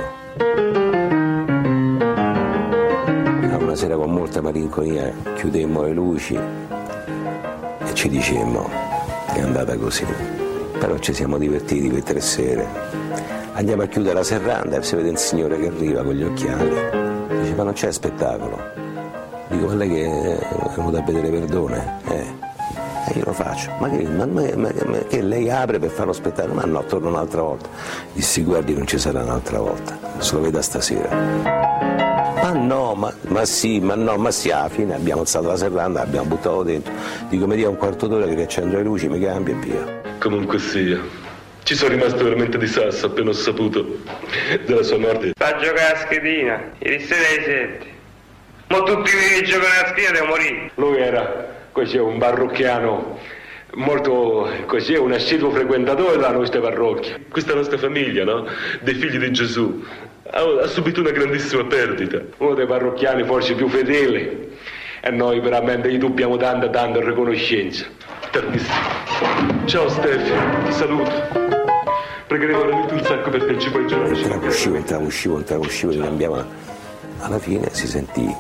Una sera con molta malinconia chiudemmo le luci e ci dicemmo è andata così. Però ci siamo divertiti per tre sere. Andiamo a chiudere la serranda e si vede un signore che arriva con gli occhiali. Dice, ma non c'è spettacolo. Dico, ma lei che è venuta a vedere Verdone? Eh, e io lo faccio. Ma che, ma, ma, ma, ma che lei apre per fare lo spettacolo? Ma no, torno un'altra volta. Dissi, guardi, non ci sarà un'altra volta, se lo veda stasera. Ma no, ma, ma sì, ma no, ma sì, alla fine abbiamo alzato la serranda, l'abbiamo buttato dentro. Dico, mi dia un quarto d'ora che riaccendo le luci, mi cambia e via. Comunque sia, ci sono rimasto veramente di sasso appena ho saputo della sua morte. Fa giocare a schedina, ieri sera alle sette. Ma tutti i giocano a schedina devo morire. Lui era così un parrocchiano molto così, un assiduo frequentatore della nostra parrocchia. Questa nostra famiglia, no? Dei figli di Gesù, ha, ha subito una grandissima perdita. Uno dei parrocchiani forse più fedeli. E noi veramente gli dobbiamo tanta, tanta riconoscenza. Tantissimo. Ciao Stefi, ti saluto. Pregheremo veramente un sacco perché ci puoi giocare. Entravo, uscivo, entravo, uscivo, entravo, uscivo, li cambiavano. Alla fine si sentì.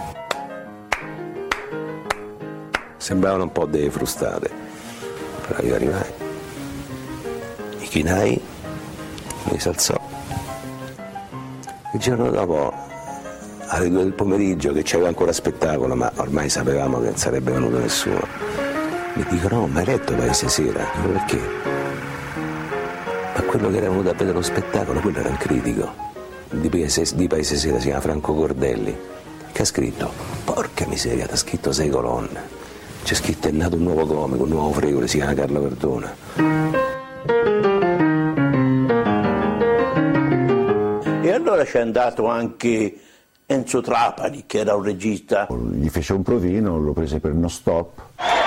Sembravano un po' delle frustate. Però io arrivai. Mi chinai, mi si alzò. Il giorno dopo, alle due del pomeriggio, che c'era ancora spettacolo, ma ormai sapevamo che non sarebbe venuto nessuno, mi dicono, no, ma hai letto Paese Sera? Dico, perché? Ma quello che era venuto a vedere lo spettacolo, quello era un critico di Paese, di Paese Sera, si chiama Franco Cordelli, che ha scritto, porca miseria, ti ha scritto sei colonne. c'è scritto: è nato un nuovo comico, un nuovo Fregoli, si chiama Carlo Verdone. E allora c'è andato anche Enzo Trapani, che era un regista. Gli fece un provino, lo prese per No Stop.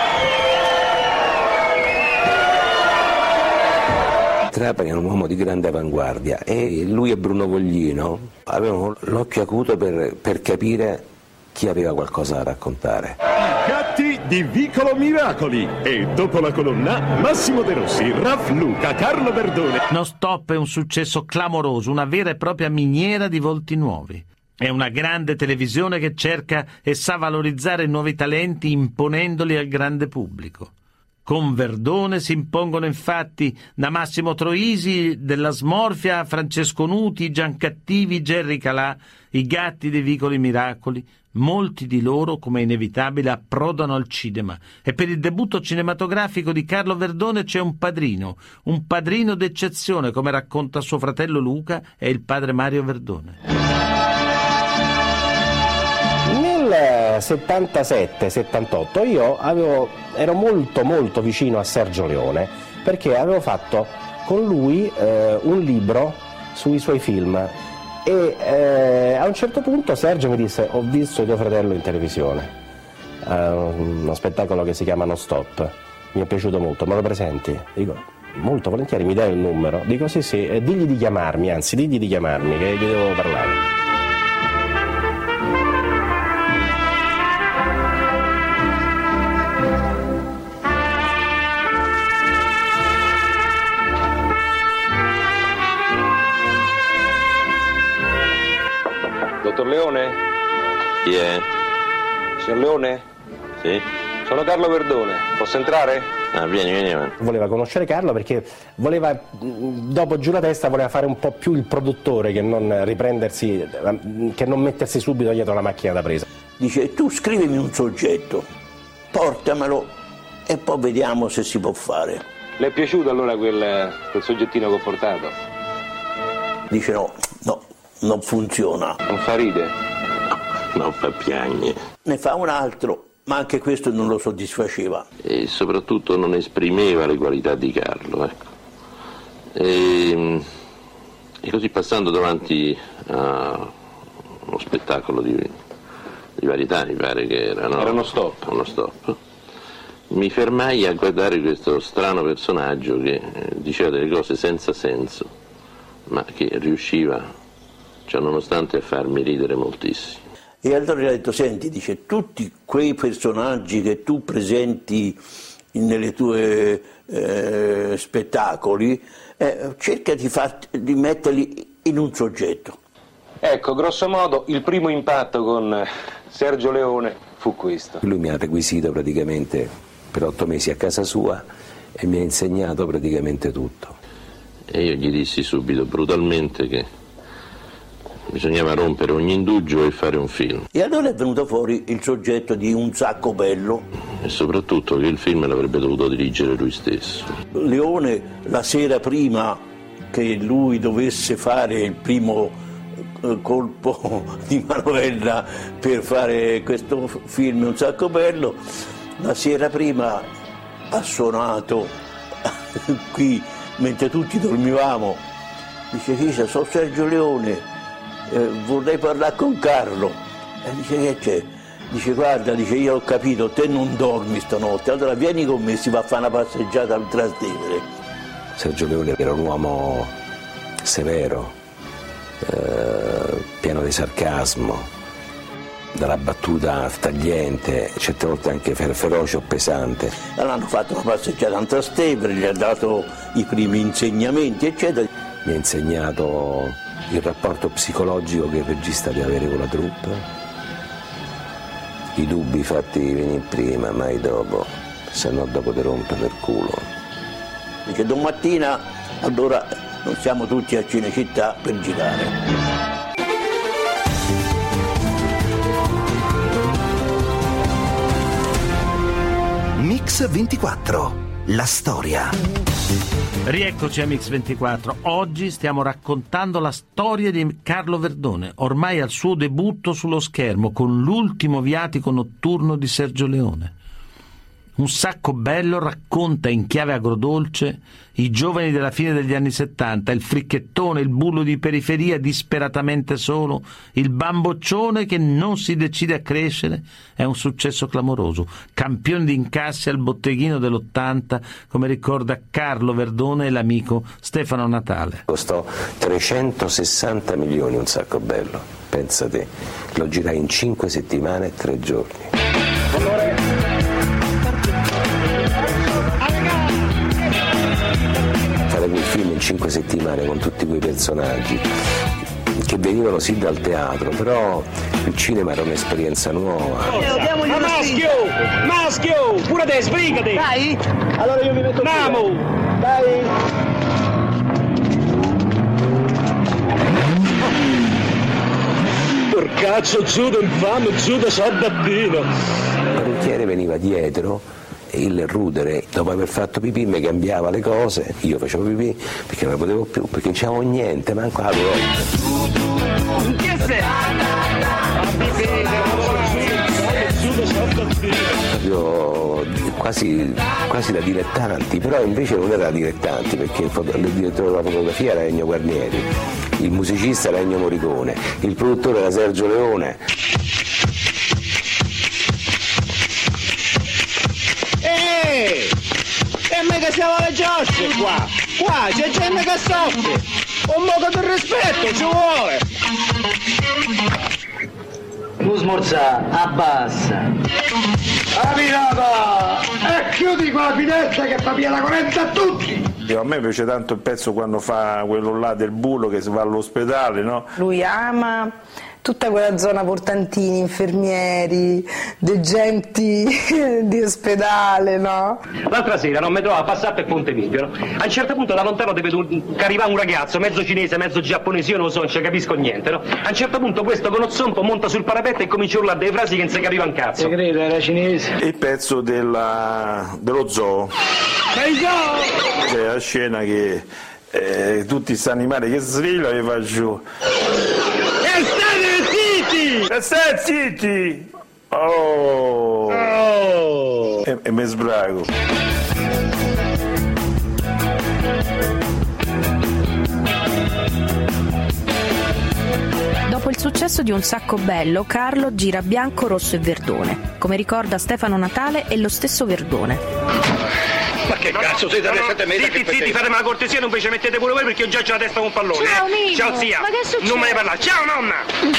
Trapani era un uomo di grande avanguardia e lui e Bruno Voglino avevano l'occhio acuto per, per capire chi aveva qualcosa da raccontare. Gatti di Vicolo Miracoli, e dopo la colonna Massimo De Rossi, Raf Luca, Carlo Verdone. No Stop è un successo clamoroso, una vera e propria miniera di volti nuovi. È una grande televisione che cerca e sa valorizzare nuovi talenti imponendoli al grande pubblico. Con Verdone si impongono infatti da Massimo Troisi, della Smorfia, Francesco Nuti, Giancattivi, Gerry Calà, i Gatti dei Vicoli Miracoli. Molti di loro, come inevitabile, approdano al cinema, e per il debutto cinematografico di Carlo Verdone c'è un padrino, un padrino d'eccezione, come racconta suo fratello Luca e il padre Mario Verdone. Nel settantasette settantotto io avevo, ero molto molto vicino a Sergio Leone, perché avevo fatto con lui eh, un libro sui suoi film, e eh, a un certo punto Sergio mi disse: ho visto tuo fratello in televisione, uh, uno spettacolo che si chiama No Stop, mi è piaciuto molto, me lo presenti? Dico: molto volentieri, mi dai il numero? Dico: sì sì, e digli di chiamarmi, anzi digli di chiamarmi, che gli devo parlare. Dottor Leone? Chi è? Signor Leone? Sì? Sono Carlo Verdone, posso entrare? Ah, vieni, vieni avanti. Voleva conoscere Carlo perché voleva, dopo Giù la testa, voleva fare un po' più il produttore che non riprendersi, che non mettersi subito dietro la macchina da presa. Dice: tu scrivimi un soggetto, portamelo e poi vediamo se si può fare. Le è piaciuto allora quel, quel soggettino che ho portato? Dice: no, no, non funziona. Non fa ride? No, non fa piagne. Ne fa un altro, ma anche questo non lo soddisfaceva. E soprattutto non esprimeva le qualità di Carlo, ecco. E, e così, passando davanti a uno spettacolo di, di varietà, mi pare che era, no? Era uno stop. Uno stop. Mi fermai a guardare questo strano personaggio che eh, diceva delle cose senza senso, ma che riusciva, cioè, nonostante, a farmi ridere moltissimo. E allora gli ha detto: senti, dice, tutti quei personaggi che tu presenti nelle tue eh, spettacoli, eh, cerca di, far, di metterli in un soggetto. Ecco, grosso modo, il primo impatto con Sergio Leone fu questo. Lui mi ha requisito praticamente per otto mesi a casa sua e mi ha insegnato praticamente tutto. E io gli dissi subito, brutalmente, che bisognava rompere ogni indugio e fare un film. E allora è venuto fuori il soggetto di Un sacco bello. E soprattutto che il film l'avrebbe dovuto dirigere lui stesso. Leone, la sera prima che lui dovesse fare il primo eh, colpo di manovella per fare questo film Un sacco bello, la sera prima ha suonato qui mentre tutti dormivamo. Dice: Chisa, sono Sergio Leone. Eh, vorrei parlare con Carlo. E dice: che c'è? Dice: guarda, dice, io ho capito, te non dormi stanotte, allora vieni con me, si va a fare una passeggiata al Trastevere. Sergio Leone era un uomo severo, eh, pieno di sarcasmo, dalla battuta tagliente, certe volte anche feroce o pesante. Allora hanno fatto una passeggiata al Trastevere, gli ha dato i primi insegnamenti, eccetera. Mi ha insegnato il rapporto psicologico che il regista deve avere con la troupe, i dubbi fatti venire prima, mai dopo, se no dopo ti rompe per culo. Dice: domattina allora non siamo tutti a Cinecittà per girare. Mix ventiquattro, la storia. Rieccoci a Mix ventiquattro. Oggi stiamo raccontando la storia di Carlo Verdone, ormai al suo debutto sullo schermo con L'ultimo viatico notturno di Sergio Leone. Un sacco bello racconta in chiave agrodolce i giovani della fine degli anni settanta, il fricchettone, il bullo di periferia disperatamente solo, il bamboccione che non si decide a crescere. È un successo clamoroso, campione di incassi al botteghino dell'ottanta, come ricorda Carlo Verdone e l'amico Stefano Natale. Costò trecentosessanta milioni Un sacco bello, pensa te, lo girai in cinque settimane e tre giorni. Fare quel film in cinque settimane con tutti quei personaggi che venivano sì dal teatro, però il cinema era un'esperienza nuova. Ma maschio! Maschio! Pure te, sbrigati! Dai! Allora io mi metto qui. Andiamo! Dai! Per cazzo, giù da infame, giù da sardappino! Il parrucchiere veniva dietro. Il rudere, dopo aver fatto pipì, mi cambiava le cose, io facevo pipì perché non ne potevo più, perché non c'avevo niente, manco la volta. Che sei? Proprio quasi, quasi da dilettanti, però invece non era da dilettanti, perché il, foto, il direttore della fotografia era Ennio Guarnieri, il musicista era Ennio Morricone, il produttore era Sergio Leone. E me che siamo alle giosce qua, qua c'è gente che soffre, un poco di rispetto ci vuole. Tu smorza, abbassa. Aminata! E chiudi qua la finestra che fa via la corrente a tutti! A me piace tanto il pezzo quando fa quello là del bullo che si va all'ospedale, no? Lui ama tutta quella zona portantini, infermieri, degenti di ospedale, no? L'altra sera non mi trovavo a passare per Ponte Milvio, no? A un certo punto da lontano vedo che arriva un ragazzo, mezzo cinese, mezzo giapponese, io non lo so, non ci capisco niente, no? A un certo punto questo con lo zompo monta sul parapetto e comincia a urlare delle frasi che non si capiva un cazzo. Ti credo, era cinese. Il pezzo della, dello zoo. Sei zoo! C'è la scena che eh, tutti questi animali che sfilano e fa giù. E state zitti! E state zitti! Oh! Oh! E, e mi sbrago. Dopo il successo di Un sacco bello, Carlo gira bianco, rosso e verdone. Come ricorda Stefano Natale, è lo stesso Verdone. Ma che no, cazzo siete? No, no, zitti, zitti, fatemi la cortesia, non ve ci mettete pure voi perché io già ho la testa con un pallone. Ciao, eh. Nino. Ciao zia. Ma che succede? Non me ne parlare. Ciao nonna.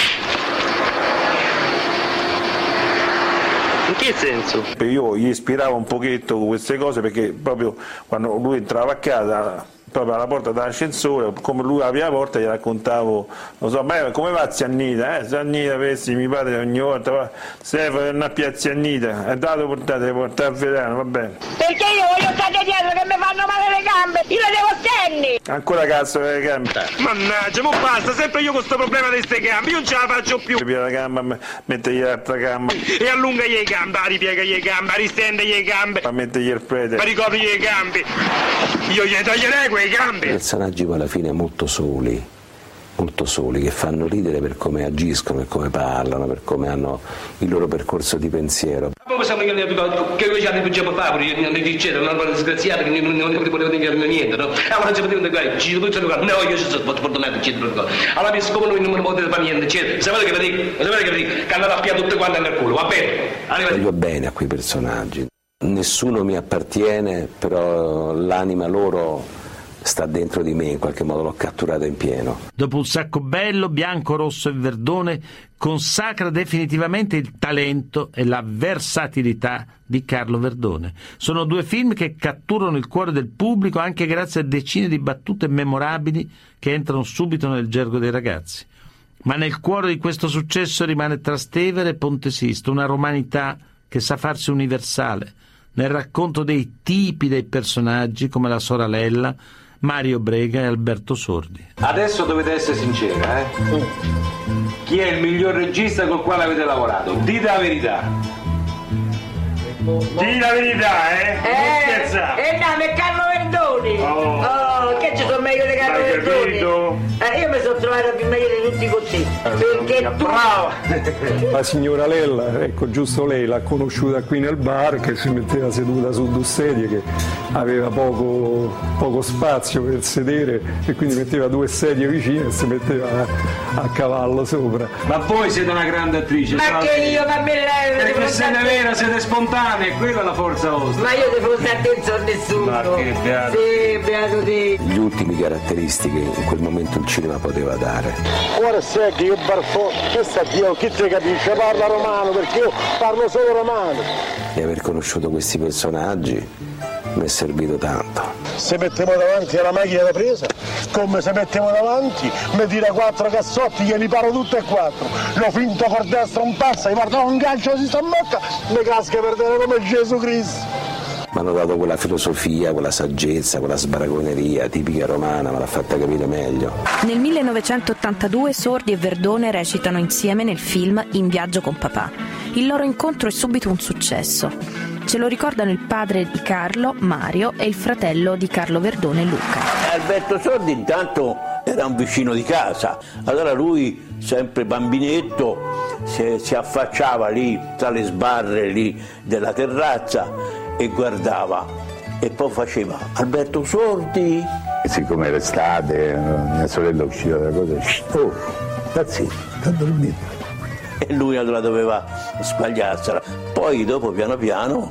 In che senso? Io gli ispiravo un pochetto queste cose perché proprio quando lui entrava a casa, proprio alla porta dell'ascensore, come lui apria la porta gli raccontavo, non so, ma come va zia Annita? Eh, zia Annita, pensi, mio padre ogni volta va, Stefano, non a zia Annita, è dato portate, portate a Verano, va bene. Perché io voglio stare dietro che mi fanno male le gambe, io le devo stenni! Ancora cazzo le gambe. Mannaggia, ma basta, sempre io con sto problema di ste gambe, io non ce la faccio più. Ripia la gamba, mettegli l'altra gamba. E allungagli le gambe, ripiegagli le gambe, ristendagli le gambe. Ma mettegli il prete. Ma ricopri le gambe. Io gli taglierei quelle gambe. Personaggi poi alla fine molto soli, molto soli, che fanno ridere per come agiscono, per come parlano, per come hanno il loro percorso di pensiero. Ma possiamo che noi già ne facciamo fare, non ne dicete, non erano disgraziati, che non ne potevano dire niente, no? Allora ci potevano dire, ci potevano dire, no, io ci sono fortunato, ci sono allora siccome noi non potete fare niente, sapete che vi dico, sapete che vi dico, che andate a piare tutte quante nel culo, va bene? Voglio bene a quei personaggi, nessuno mi appartiene, però l'anima loro sta dentro di me, in qualche modo l'ho catturata in pieno. Dopo Un sacco bello, bianco, rosso e verdone consacra definitivamente il talento e la versatilità di Carlo Verdone. Sono due film che catturano il cuore del pubblico anche grazie a decine di battute memorabili che entrano subito nel gergo dei ragazzi. Ma nel cuore di questo successo rimane Trastevere e Ponte Sisto, una romanità che sa farsi universale nel racconto dei tipi dei personaggi come la Soralella, Mario Brega e Alberto Sordi. Adesso dovete essere sincera, eh? Chi è il miglior regista col quale avete lavorato? Dite la verità. Dì la verità, eh? Eh, eh no, è Carlo Verdoni. Oh, oh che ci sono meglio di Carlo Verdoni. Eh, io mi sono trovato più meglio di tutti con te. Perché tu... Brava! La signora Lella, ecco, giusto lei, l'ha conosciuta qui nel bar, che si metteva seduta su due sedie, che aveva poco, poco spazio per sedere e quindi metteva due sedie vicine e si metteva a, a cavallo sopra. Ma voi siete una grande attrice. Ma che io, ma me lei... Perché siete vera, siete spontanei, quella è la forza vostra. Ma io devo stare attento a nessuno. Ma che beato. Sì, beato te. Gli ultimi caratteristiche in quel momento il cinema poteva dare. Ora sai che io barfo, questo Dio, chi te capisce? Parla romano, perché io parlo solo romano. E aver conosciuto questi personaggi mi è servito tanto. Se mettiamo davanti alla macchina da presa, come se mettiamo davanti, mi tira quattro cassotti, glieli paro tutte e quattro. Lo finto col destro un pazzo, gli porto un gancio, si sta in bocca, mi casca per dire come Gesù Cristo. Mi hanno dato quella filosofia, quella saggezza, quella sbaraconeria tipica romana, me l'ha fatta capire meglio. Nel millenovecentottantadue Sordi e Verdone recitano insieme nel film In viaggio con papà. Il loro incontro è subito un successo. Ce lo ricordano il padre di Carlo, Mario, e il fratello di Carlo Verdone, Luca. Alberto Sordi intanto era un vicino di casa, allora lui, sempre bambinetto, si, si affacciava lì tra le sbarre lì della terrazza e guardava e poi faceva Alberto Sordi. E siccome era estate, mia sorella usciva da cosa, oh, sta zitto, sta dormendo. E lui allora doveva sbagliarsela. Poi dopo piano piano,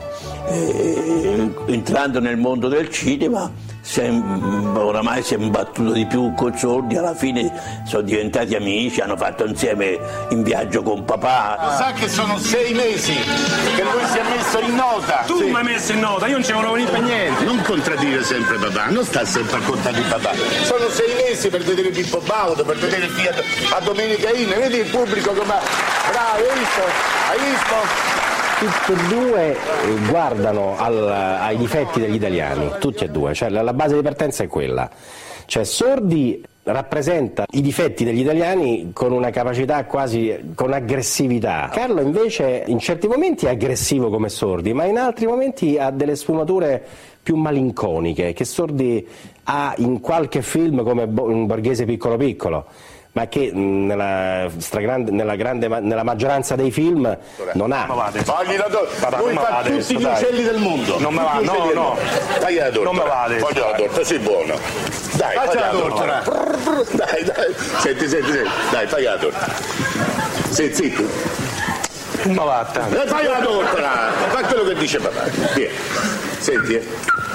eh, entrando nel mondo del cinema, si è, oramai si è imbattuto di più con Sordi, alla fine sono diventati amici, hanno fatto insieme In viaggio con papà. Lo sa che sono sei mesi che lui si è messo in nota. Tu sì. mi hai messo in nota, io non ci volevo venire per niente. Non contraddire sempre papà, non sta sempre a contare di papà. Sono sei mesi per vedere Pippo Baudo, per vedere Fiat a Domenica In, vedi il pubblico come... Bravo, hai visto? Hai visto? Tutti e due guardano al, ai difetti degli italiani, tutti e due, cioè la base di partenza è quella. Cioè Sordi rappresenta i difetti degli italiani con una capacità quasi, con aggressività. Carlo invece in certi momenti è aggressivo come Sordi, ma in altri momenti ha delle sfumature più malinconiche, che Sordi ha in qualche film come Un borghese piccolo piccolo, ma che nella, stragrande, nella, grande, nella maggioranza dei film non ha. Lui fa tutti gli uccelli del mondo. Non me va, no, no. Dai la torta. Non me vale. Fagli la torta, sei buono. Dai, fagli la torta. Dai, dai. Senti, senti, senti. Dai, fagli la torta. Sei zitto. Non me va, tanto. Fagli la torta. Fa quello che dice papà. Via. Senti, eh.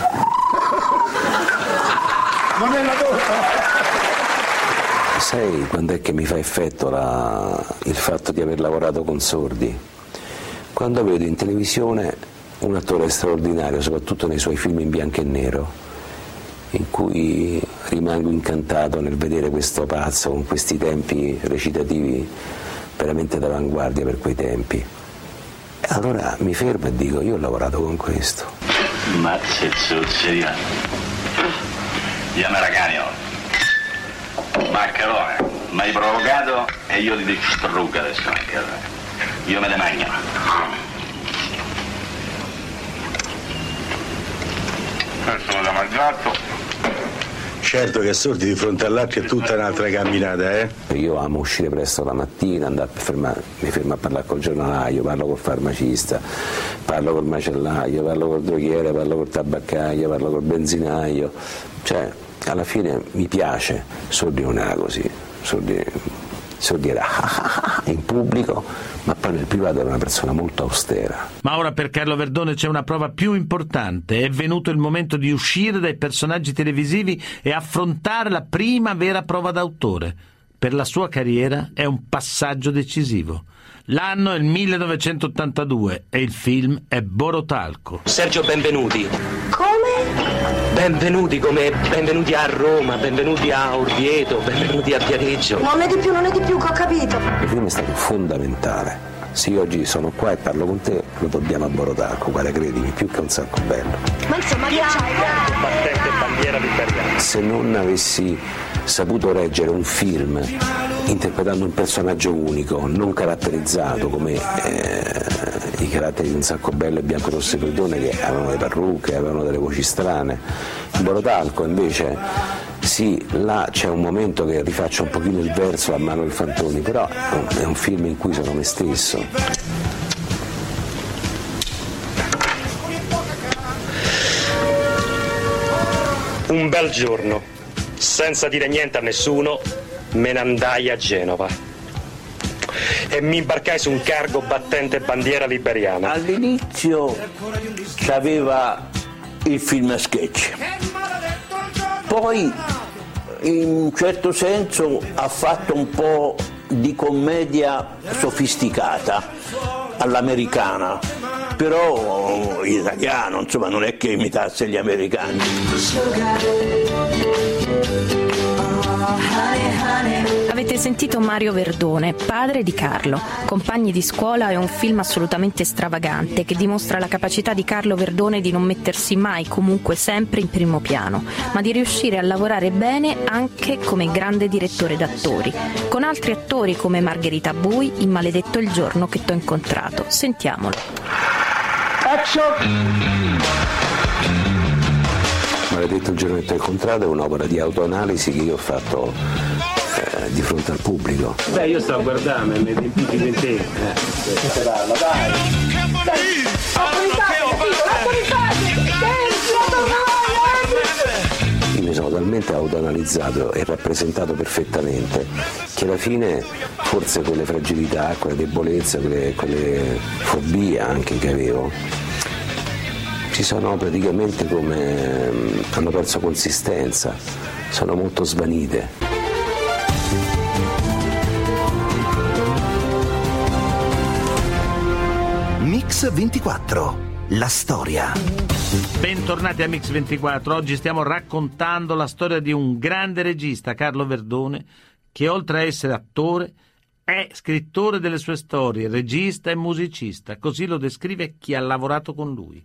Non è la torta. Sai quando è che mi fa effetto la, il fatto di aver lavorato con Sordi? Quando vedo in televisione un attore straordinario, soprattutto nei suoi film in bianco e nero, in cui rimango incantato nel vedere questo pazzo con questi tempi recitativi veramente d'avanguardia per quei tempi. E allora mi fermo e dico, io ho lavorato con questo. Mazza e zozzeria. Yamaracani. Maccherone, mi hai provocato e io ti distruggo adesso. Io me ne mangio. Questo me l'ha mangiato. Certo che Sordi di fronte all'altro è tutta un'altra camminata, eh? Io amo uscire presto la mattina, andare a fermare, mi fermo a parlare col giornalaio, parlo col farmacista, parlo col macellaio, parlo col droghiere, parlo col tabaccaio, parlo col benzinaio. Cioè, alla fine mi piace. Sordi non era così, Sordi, Sordi era in pubblico, ma poi nel privato era una persona molto austera. Ma ora per Carlo Verdone c'è una prova più importante: è venuto il momento di uscire dai personaggi televisivi e affrontare la prima vera prova d'autore. Per la sua carriera è un passaggio decisivo. L'anno è il millenovecentottantadue e il film è Borotalco. Sergio Benvenuti. Come? Benvenuti come benvenuti a Roma, benvenuti a Orvieto, benvenuti a Viareggio. Non è di più, non è di più, che ho capito. Il film è stato fondamentale. Se io oggi sono qua e parlo con te, lo dobbiamo a Borotalco, guarda, credimi, più che un sacco bello. Ma insomma, che c'hai? Battente bandiera vittoriana. Se non avessi saputo reggere un film interpretando un personaggio unico, non caratterizzato come eh, i caratteri di Un sacco bello e Bianco Rosso e Plutone, che avevano le parrucche, avevano delle voci strane, in Borotalco invece Sì, là c'è un momento che rifaccio un pochino il verso a Manuel Fantoni, però è un film in cui sono me stesso. Un bel giorno, senza dire niente a nessuno, me ne andai a Genova e mi imbarcai su un cargo battente bandiera liberiana. All'inizio c'aveva il film a sketch, poi in un certo senso ha fatto un po' di commedia sofisticata all'americana, però italiano, insomma, non è che imitasse gli americani. Avete sentito Mario Verdone, padre di Carlo. Compagni di scuola è un film assolutamente stravagante che dimostra la capacità di Carlo Verdone di non mettersi mai, comunque sempre in primo piano, ma di riuscire a lavorare bene anche come grande direttore d'attori. Con altri attori come Margherita Bui in Maledetto il giorno che t'ho incontrato. Sentiamolo. Maledetto il giorno che t'ho incontrato è un'opera di autoanalisi che io ho fatto eh, di fronte al pubblico. Beh, io sto a guardare, mi tempi di te. Eh, parla, dai. Io mi sono talmente autoanalizzato e rappresentato perfettamente che alla fine forse quelle fragilità, quelle debolezze, quelle, quelle fobie anche che avevo ci sono praticamente come hanno perso consistenza, sono molto svanite. Mix ventiquattro, la storia. Bentornati a Mix ventiquattro, oggi stiamo raccontando la storia di un grande regista, Carlo Verdone, che oltre a essere attore è scrittore delle sue storie, regista e musicista, così lo descrive chi ha lavorato con lui.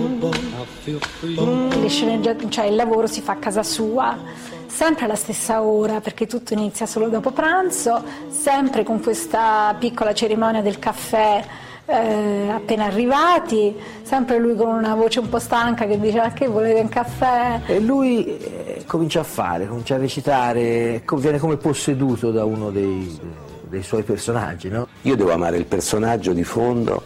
Le sceneggiature, cioè il lavoro si fa a casa sua, sempre alla stessa ora perché tutto inizia solo dopo pranzo, sempre con questa piccola cerimonia del caffè eh, appena arrivati, sempre lui con una voce un po' stanca che dice "Ma che volete un caffè?" E lui eh, comincia a fare, comincia a recitare, viene come posseduto da uno dei, dei suoi personaggi, no? Io devo amare il personaggio di fondo,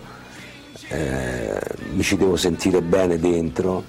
eh, mi ci devo sentire bene dentro,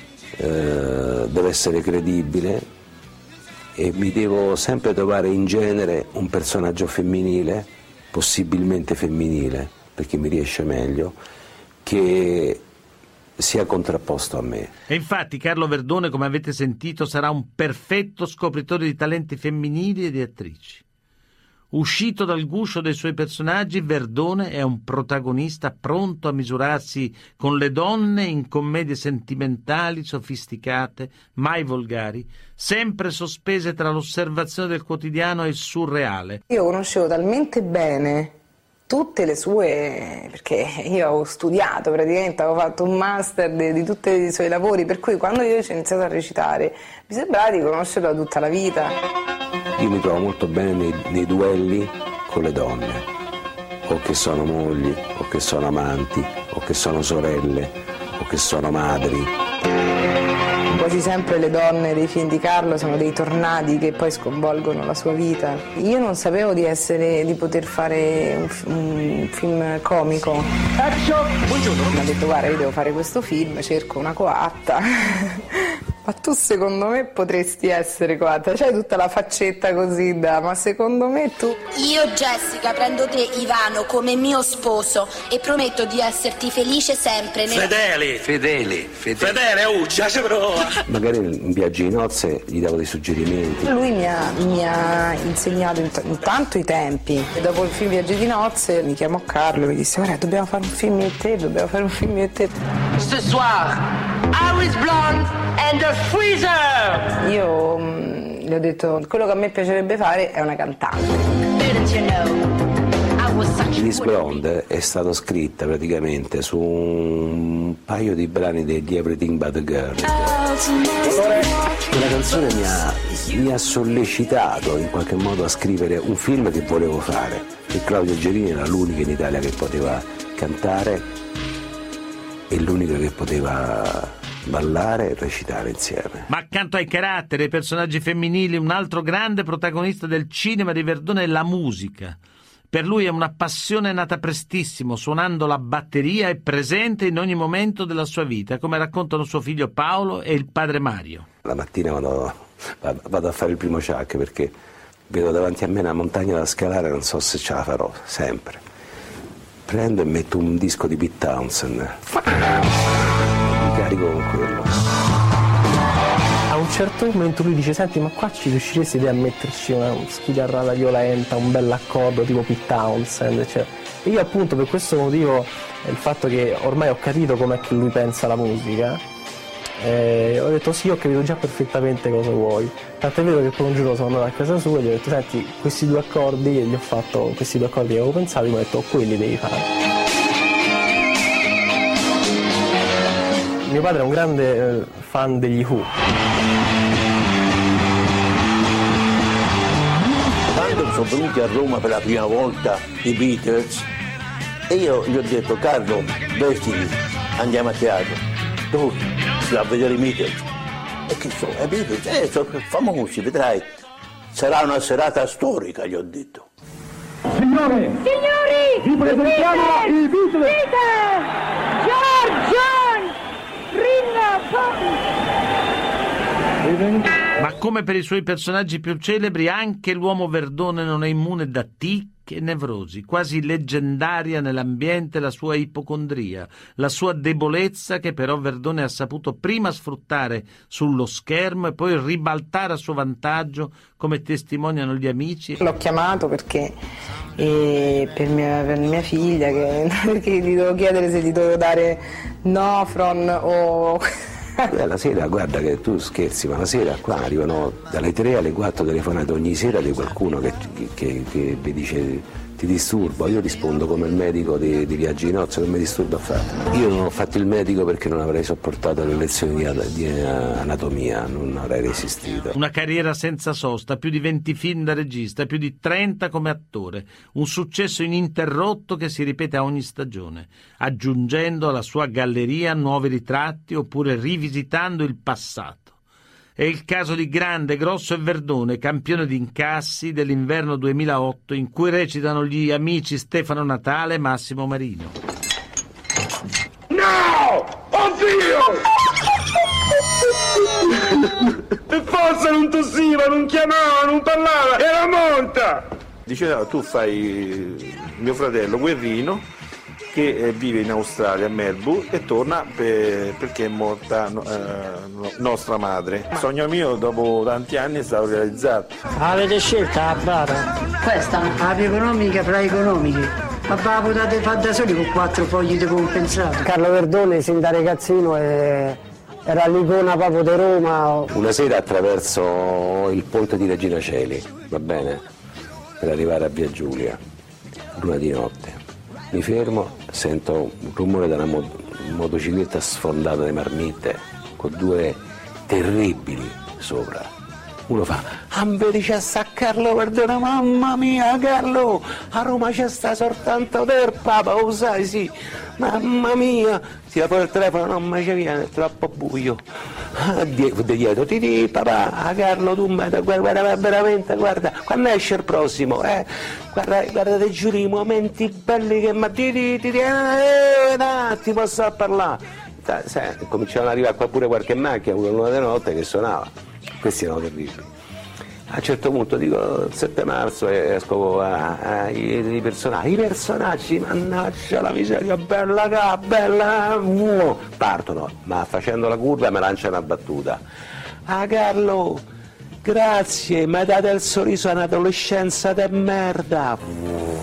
eh, deve essere credibile e mi devo sempre trovare in genere un personaggio femminile, possibilmente femminile, perché mi riesce meglio, che sia contrapposto a me. E infatti Carlo Verdone, come avete sentito, sarà un perfetto scopritore di talenti femminili e di attrici. Uscito dal guscio dei suoi personaggi, Verdone è un protagonista pronto a misurarsi con le donne in commedie sentimentali, sofisticate, mai volgari, sempre sospese tra l'osservazione del quotidiano e il surreale. Io conoscevo talmente bene tutte le sue, perché io avevo studiato praticamente, avevo fatto un master di, di tutti i suoi lavori, per cui quando io ho iniziato a recitare mi sembrava di conoscerla tutta la vita. Io mi trovo molto bene nei, nei duelli con le donne, o che sono mogli, o che sono amanti, o che sono sorelle, o che sono madri. Quasi sempre le donne dei film di Carlo sono dei tornadi che poi sconvolgono la sua vita. Io non sapevo di, essere, di poter fare un, un film comico. Buongiorno. Mi ha detto guarda, io devo fare questo film, cerco una coatta. Ma tu secondo me potresti essere coatta, c'hai tutta la faccetta così da, ma secondo me tu... Io Jessica prendo te Ivano come mio sposo e prometto di esserti felice sempre. Nel... Fedeli, fedeli, fedeli. Fedele, uccia, si prova. Magari in viaggi di nozze gli davo dei suggerimenti. Lui mi ha, mi ha insegnato intanto i tempi e dopo il film Viaggi di nozze mi chiamò Carlo e mi disse guarda dobbiamo fare un film io e te, dobbiamo fare un film io e te. Ce soir, Iris Blonde and the Freezer! Io mh, gli ho detto quello che a me piacerebbe fare è una cantante. Iris Blonde è stata scritta praticamente su un paio di brani degli Everything But a Girl. Quella canzone mi ha, mi ha sollecitato in qualche modo a scrivere un film che volevo fare e Claudio Gerini era l'unica in Italia che poteva cantare e l'unica che poteva ballare e recitare insieme. Ma accanto ai caratteri e ai personaggi femminili, un altro grande protagonista del cinema di Verdone è la musica. Per lui è una passione nata prestissimo, suonando la batteria e presente in ogni momento della sua vita, come raccontano suo figlio Paolo e il padre Mario. La mattina vado, vado a fare il primo ciak perché vedo davanti a me una montagna da scalare, non so se ce la farò, sempre. Prendo e metto un disco di Pete Townshend, mi carico con quello. A un certo momento lui dice: senti, ma qua ci riusciresti a metterci una schitarrata violenta, un bell'accordo tipo Pete Townshend, cioè. E io appunto per questo motivo, il fatto che ormai ho capito com'è che lui pensa la musica, eh, ho detto sì, ho capito già perfettamente cosa vuoi. Tant'è vero che poi un giorno sono andato a casa sua e gli ho detto: senti, questi due accordi, e gli ho fatto questi due accordi che avevo pensato, e mi ha detto: quelli devi fare. Mio padre è un grande eh, fan degli Who. Quando sono venuti a Roma per la prima volta i Beatles, e io gli ho detto: Carlo, vestiti, andiamo a teatro. Dove? Si va a vedere i Beatles. E che sono? I Beatles? Eh, sono famosi, vedrai. Sarà una serata storica, gli ho detto. Signore! Signori! Vi presentiamo i Beatles! Beatles! George! Ma come per i suoi personaggi più celebri, anche l'uomo Verdone non è immune da tic e nevrosi. Quasi leggendaria nell'ambiente la sua ipocondria, la sua debolezza, che però Verdone ha saputo prima sfruttare sullo schermo e poi ribaltare a suo vantaggio, come testimoniano gli amici. L'ho chiamato perché eh, per, mia, per mia figlia, che, perché gli dovevo chiedere se gli dovevo dare Nofron o... Beh, la sera, guarda che tu scherzi, ma la sera qua arrivano dalle tre alle quattro telefonate ogni sera di qualcuno che, che, che vi dice ti disturbo. Io rispondo come il medico di, di Viaggi di Nozze, non mi disturbo affatto. Io non ho fatto il medico perché non avrei sopportato le lezioni di, di anatomia, non avrei resistito. Una carriera senza sosta, più di venti film da regista, più di trenta come attore, un successo ininterrotto che si ripete a ogni stagione, aggiungendo alla sua galleria nuovi ritratti oppure rivisitando il passato. È il caso di Grande, Grosso e Verdone, campione di incassi dell'inverno duemilaotto, in cui recitano gli amici Stefano Natale e Massimo Marino. No! Oddio! E forse non tossiva, non chiamava, non parlava, era morta! Diceva: tu fai mio fratello Guerrino, che vive in Australia, a Melbourne, e torna per, perché è morta eh, nostra madre. Il sogno mio dopo tanti anni è stato realizzato. Avete scelta la bara? Questa? La più economica fra economiche. Ma la potete fare da soli con quattro fogli di compensato. Carlo Verdone, sin da ragazzino, è... era l'icona proprio di Roma. Una sera attraverso il ponte di Regina Coeli, va bene, per arrivare a Via Giulia, luna di notte. Mi fermo, sento un rumore da una mo- motocicletta sfondata di marmitte con due terribili sopra. Uno fa: Amberi c'è sta Carlo Verdone, mamma mia Carlo, a Roma c'è sta soltanto del Papa, lo sai, sì, mamma mia. Tira fuori il telefono: non mi ci viene, è troppo buio. Ah, di dietro, ti di papà, Carlo, tu guarda, guarda, veramente, guarda, quando esce il prossimo, eh? Guarda, guarda, ti giuro, i momenti belli che ma ti ti ti eh, un attimo, sto a parlare. Sai, cominciavano ad arrivare qua pure qualche macchina, una luna di notte che suonava. Questi erano terribili. A un certo punto dico il sette marzo e esco a, a, a, i, i personaggi, i personaggi, mannaggia la miseria, bella ca, bella, uh, partono, ma facendo la curva mi lancia una battuta. Ah Carlo, grazie, mi date il sorriso a un'adolescenza de merda. Uh,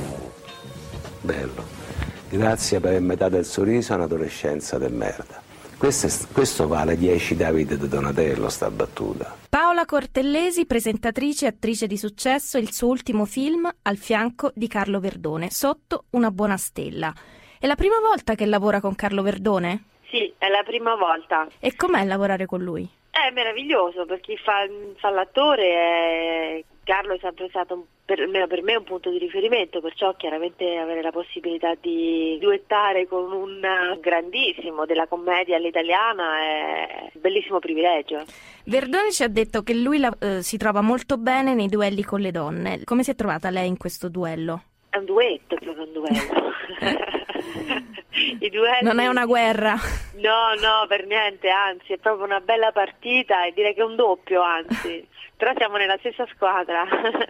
bello, grazie per avermi dato il sorriso a un'adolescenza de merda. Questo, è, questo vale dieci Davide di Donatello, sta battuta. Paola Cortellesi, presentatrice e attrice di successo, il suo ultimo film al fianco di Carlo Verdone, Sotto una buona stella. È la prima volta che lavora con Carlo Verdone? Sì, è la prima volta. E com'è lavorare con lui? È meraviglioso, perché fa, fa l'attore, è Carlo è sempre stato, per, almeno per me, un punto di riferimento, perciò chiaramente avere la possibilità di duettare con un grandissimo della commedia all'italiana è un bellissimo privilegio. Verdone ci ha detto che lui la, eh, si trova molto bene nei duelli con le donne. Come si è trovata lei in questo duello? È un duetto più che un duello. I duelli... Non è una guerra. No, no, per niente, anzi è proprio una bella partita e direi che è un doppio, anzi. Però siamo nella stessa squadra.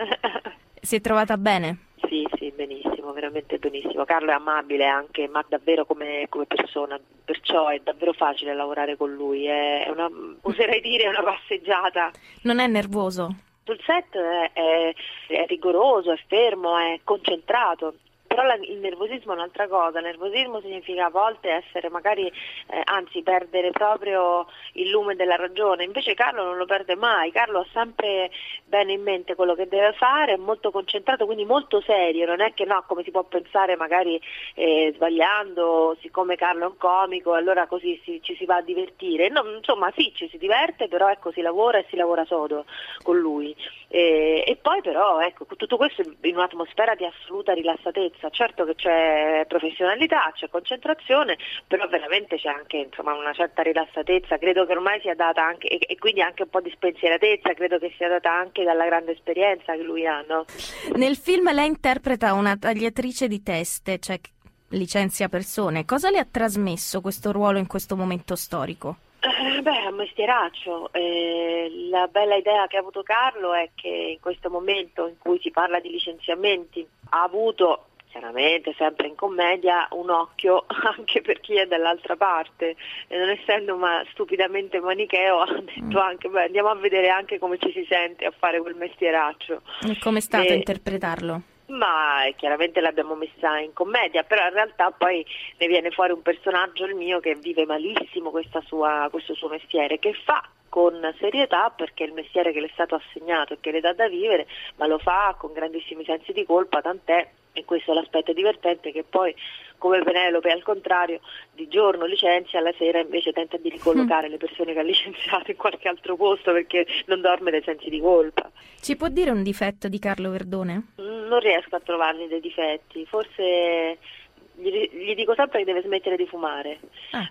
Si è trovata bene? Sì, sì, benissimo, veramente benissimo. Carlo è amabile anche, ma davvero come, come persona, perciò è davvero facile lavorare con lui. È una, oserei dire, una passeggiata. Non è nervoso? Sul set è, è, è rigoroso, è fermo, è concentrato. Però la, il nervosismo è un'altra cosa, il nervosismo significa a volte essere magari, eh, anzi perdere proprio il lume della ragione, invece Carlo non lo perde mai, Carlo ha sempre bene in mente quello che deve fare, è molto concentrato, quindi molto serio, non è che no, come si può pensare magari eh, sbagliando, siccome Carlo è un comico, allora così si, ci si va a divertire, no, insomma sì, ci si diverte, però ecco si lavora e si lavora sodo con lui. E, e poi però ecco tutto questo in un'atmosfera di assoluta rilassatezza. Certo che c'è professionalità, c'è concentrazione, però veramente c'è anche insomma una certa rilassatezza, credo che ormai sia data anche e, e quindi anche un po' di spensieratezza, credo che sia data anche dalla grande esperienza che lui ha, no? Nel film lei interpreta una tagliatrice di teste, cioè licenzia persone. Cosa le ha trasmesso questo ruolo in questo momento storico? Eh, beh, è un mestieraccio. Eh, la bella idea che ha avuto Carlo è che in questo momento in cui si parla di licenziamenti ha avuto, chiaramente sempre in commedia, un occhio anche per chi è dall'altra parte, e non essendo ma stupidamente manicheo ha detto anche beh, andiamo a vedere anche come ci si sente a fare quel mestieraccio. E come è stato e... a interpretarlo? Ma chiaramente l'abbiamo messa in commedia, però in realtà poi ne viene fuori un personaggio, il mio, che vive malissimo questa sua, questo suo mestiere, che fa con serietà perché è il mestiere che le è stato assegnato e che le dà da vivere, ma lo fa con grandissimi sensi di colpa, tant'è, e questo è l'aspetto divertente, che poi come Penelope al contrario di giorno licenzia, alla sera invece tenta di ricollocare mm. le persone che ha licenziato in qualche altro posto perché non dorme dai sensi di colpa. Ci può dire un difetto di Carlo Verdone? Non riesco a trovargli dei difetti, forse gli, gli dico sempre che deve smettere di fumare. Ah.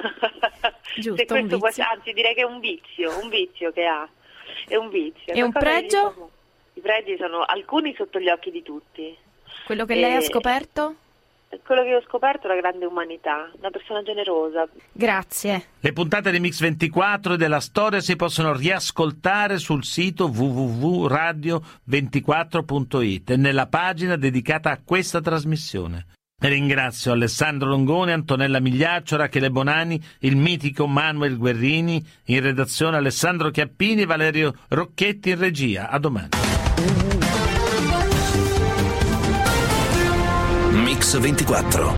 Giusto, Se questo un vizio. Può, anzi direi che è un vizio, un vizio che ha, è un vizio. E un pregio? I pregi sono alcuni sotto gli occhi di tutti. Quello che e... lei ha scoperto? Quello che io ho scoperto è la grande umanità, una persona generosa. Grazie. Le puntate di Mix ventiquattro e della storia si possono riascoltare sul sito w w w punto radio ventiquattro punto it e nella pagina dedicata a questa trasmissione. Ringrazio Alessandro Longoni, Antonella Migliaccio, Rachele Bonani, il mitico Manuel Guerrini, in redazione Alessandro Chiappini e Valerio Rocchetti in regia. A domani. Mix ventiquattro.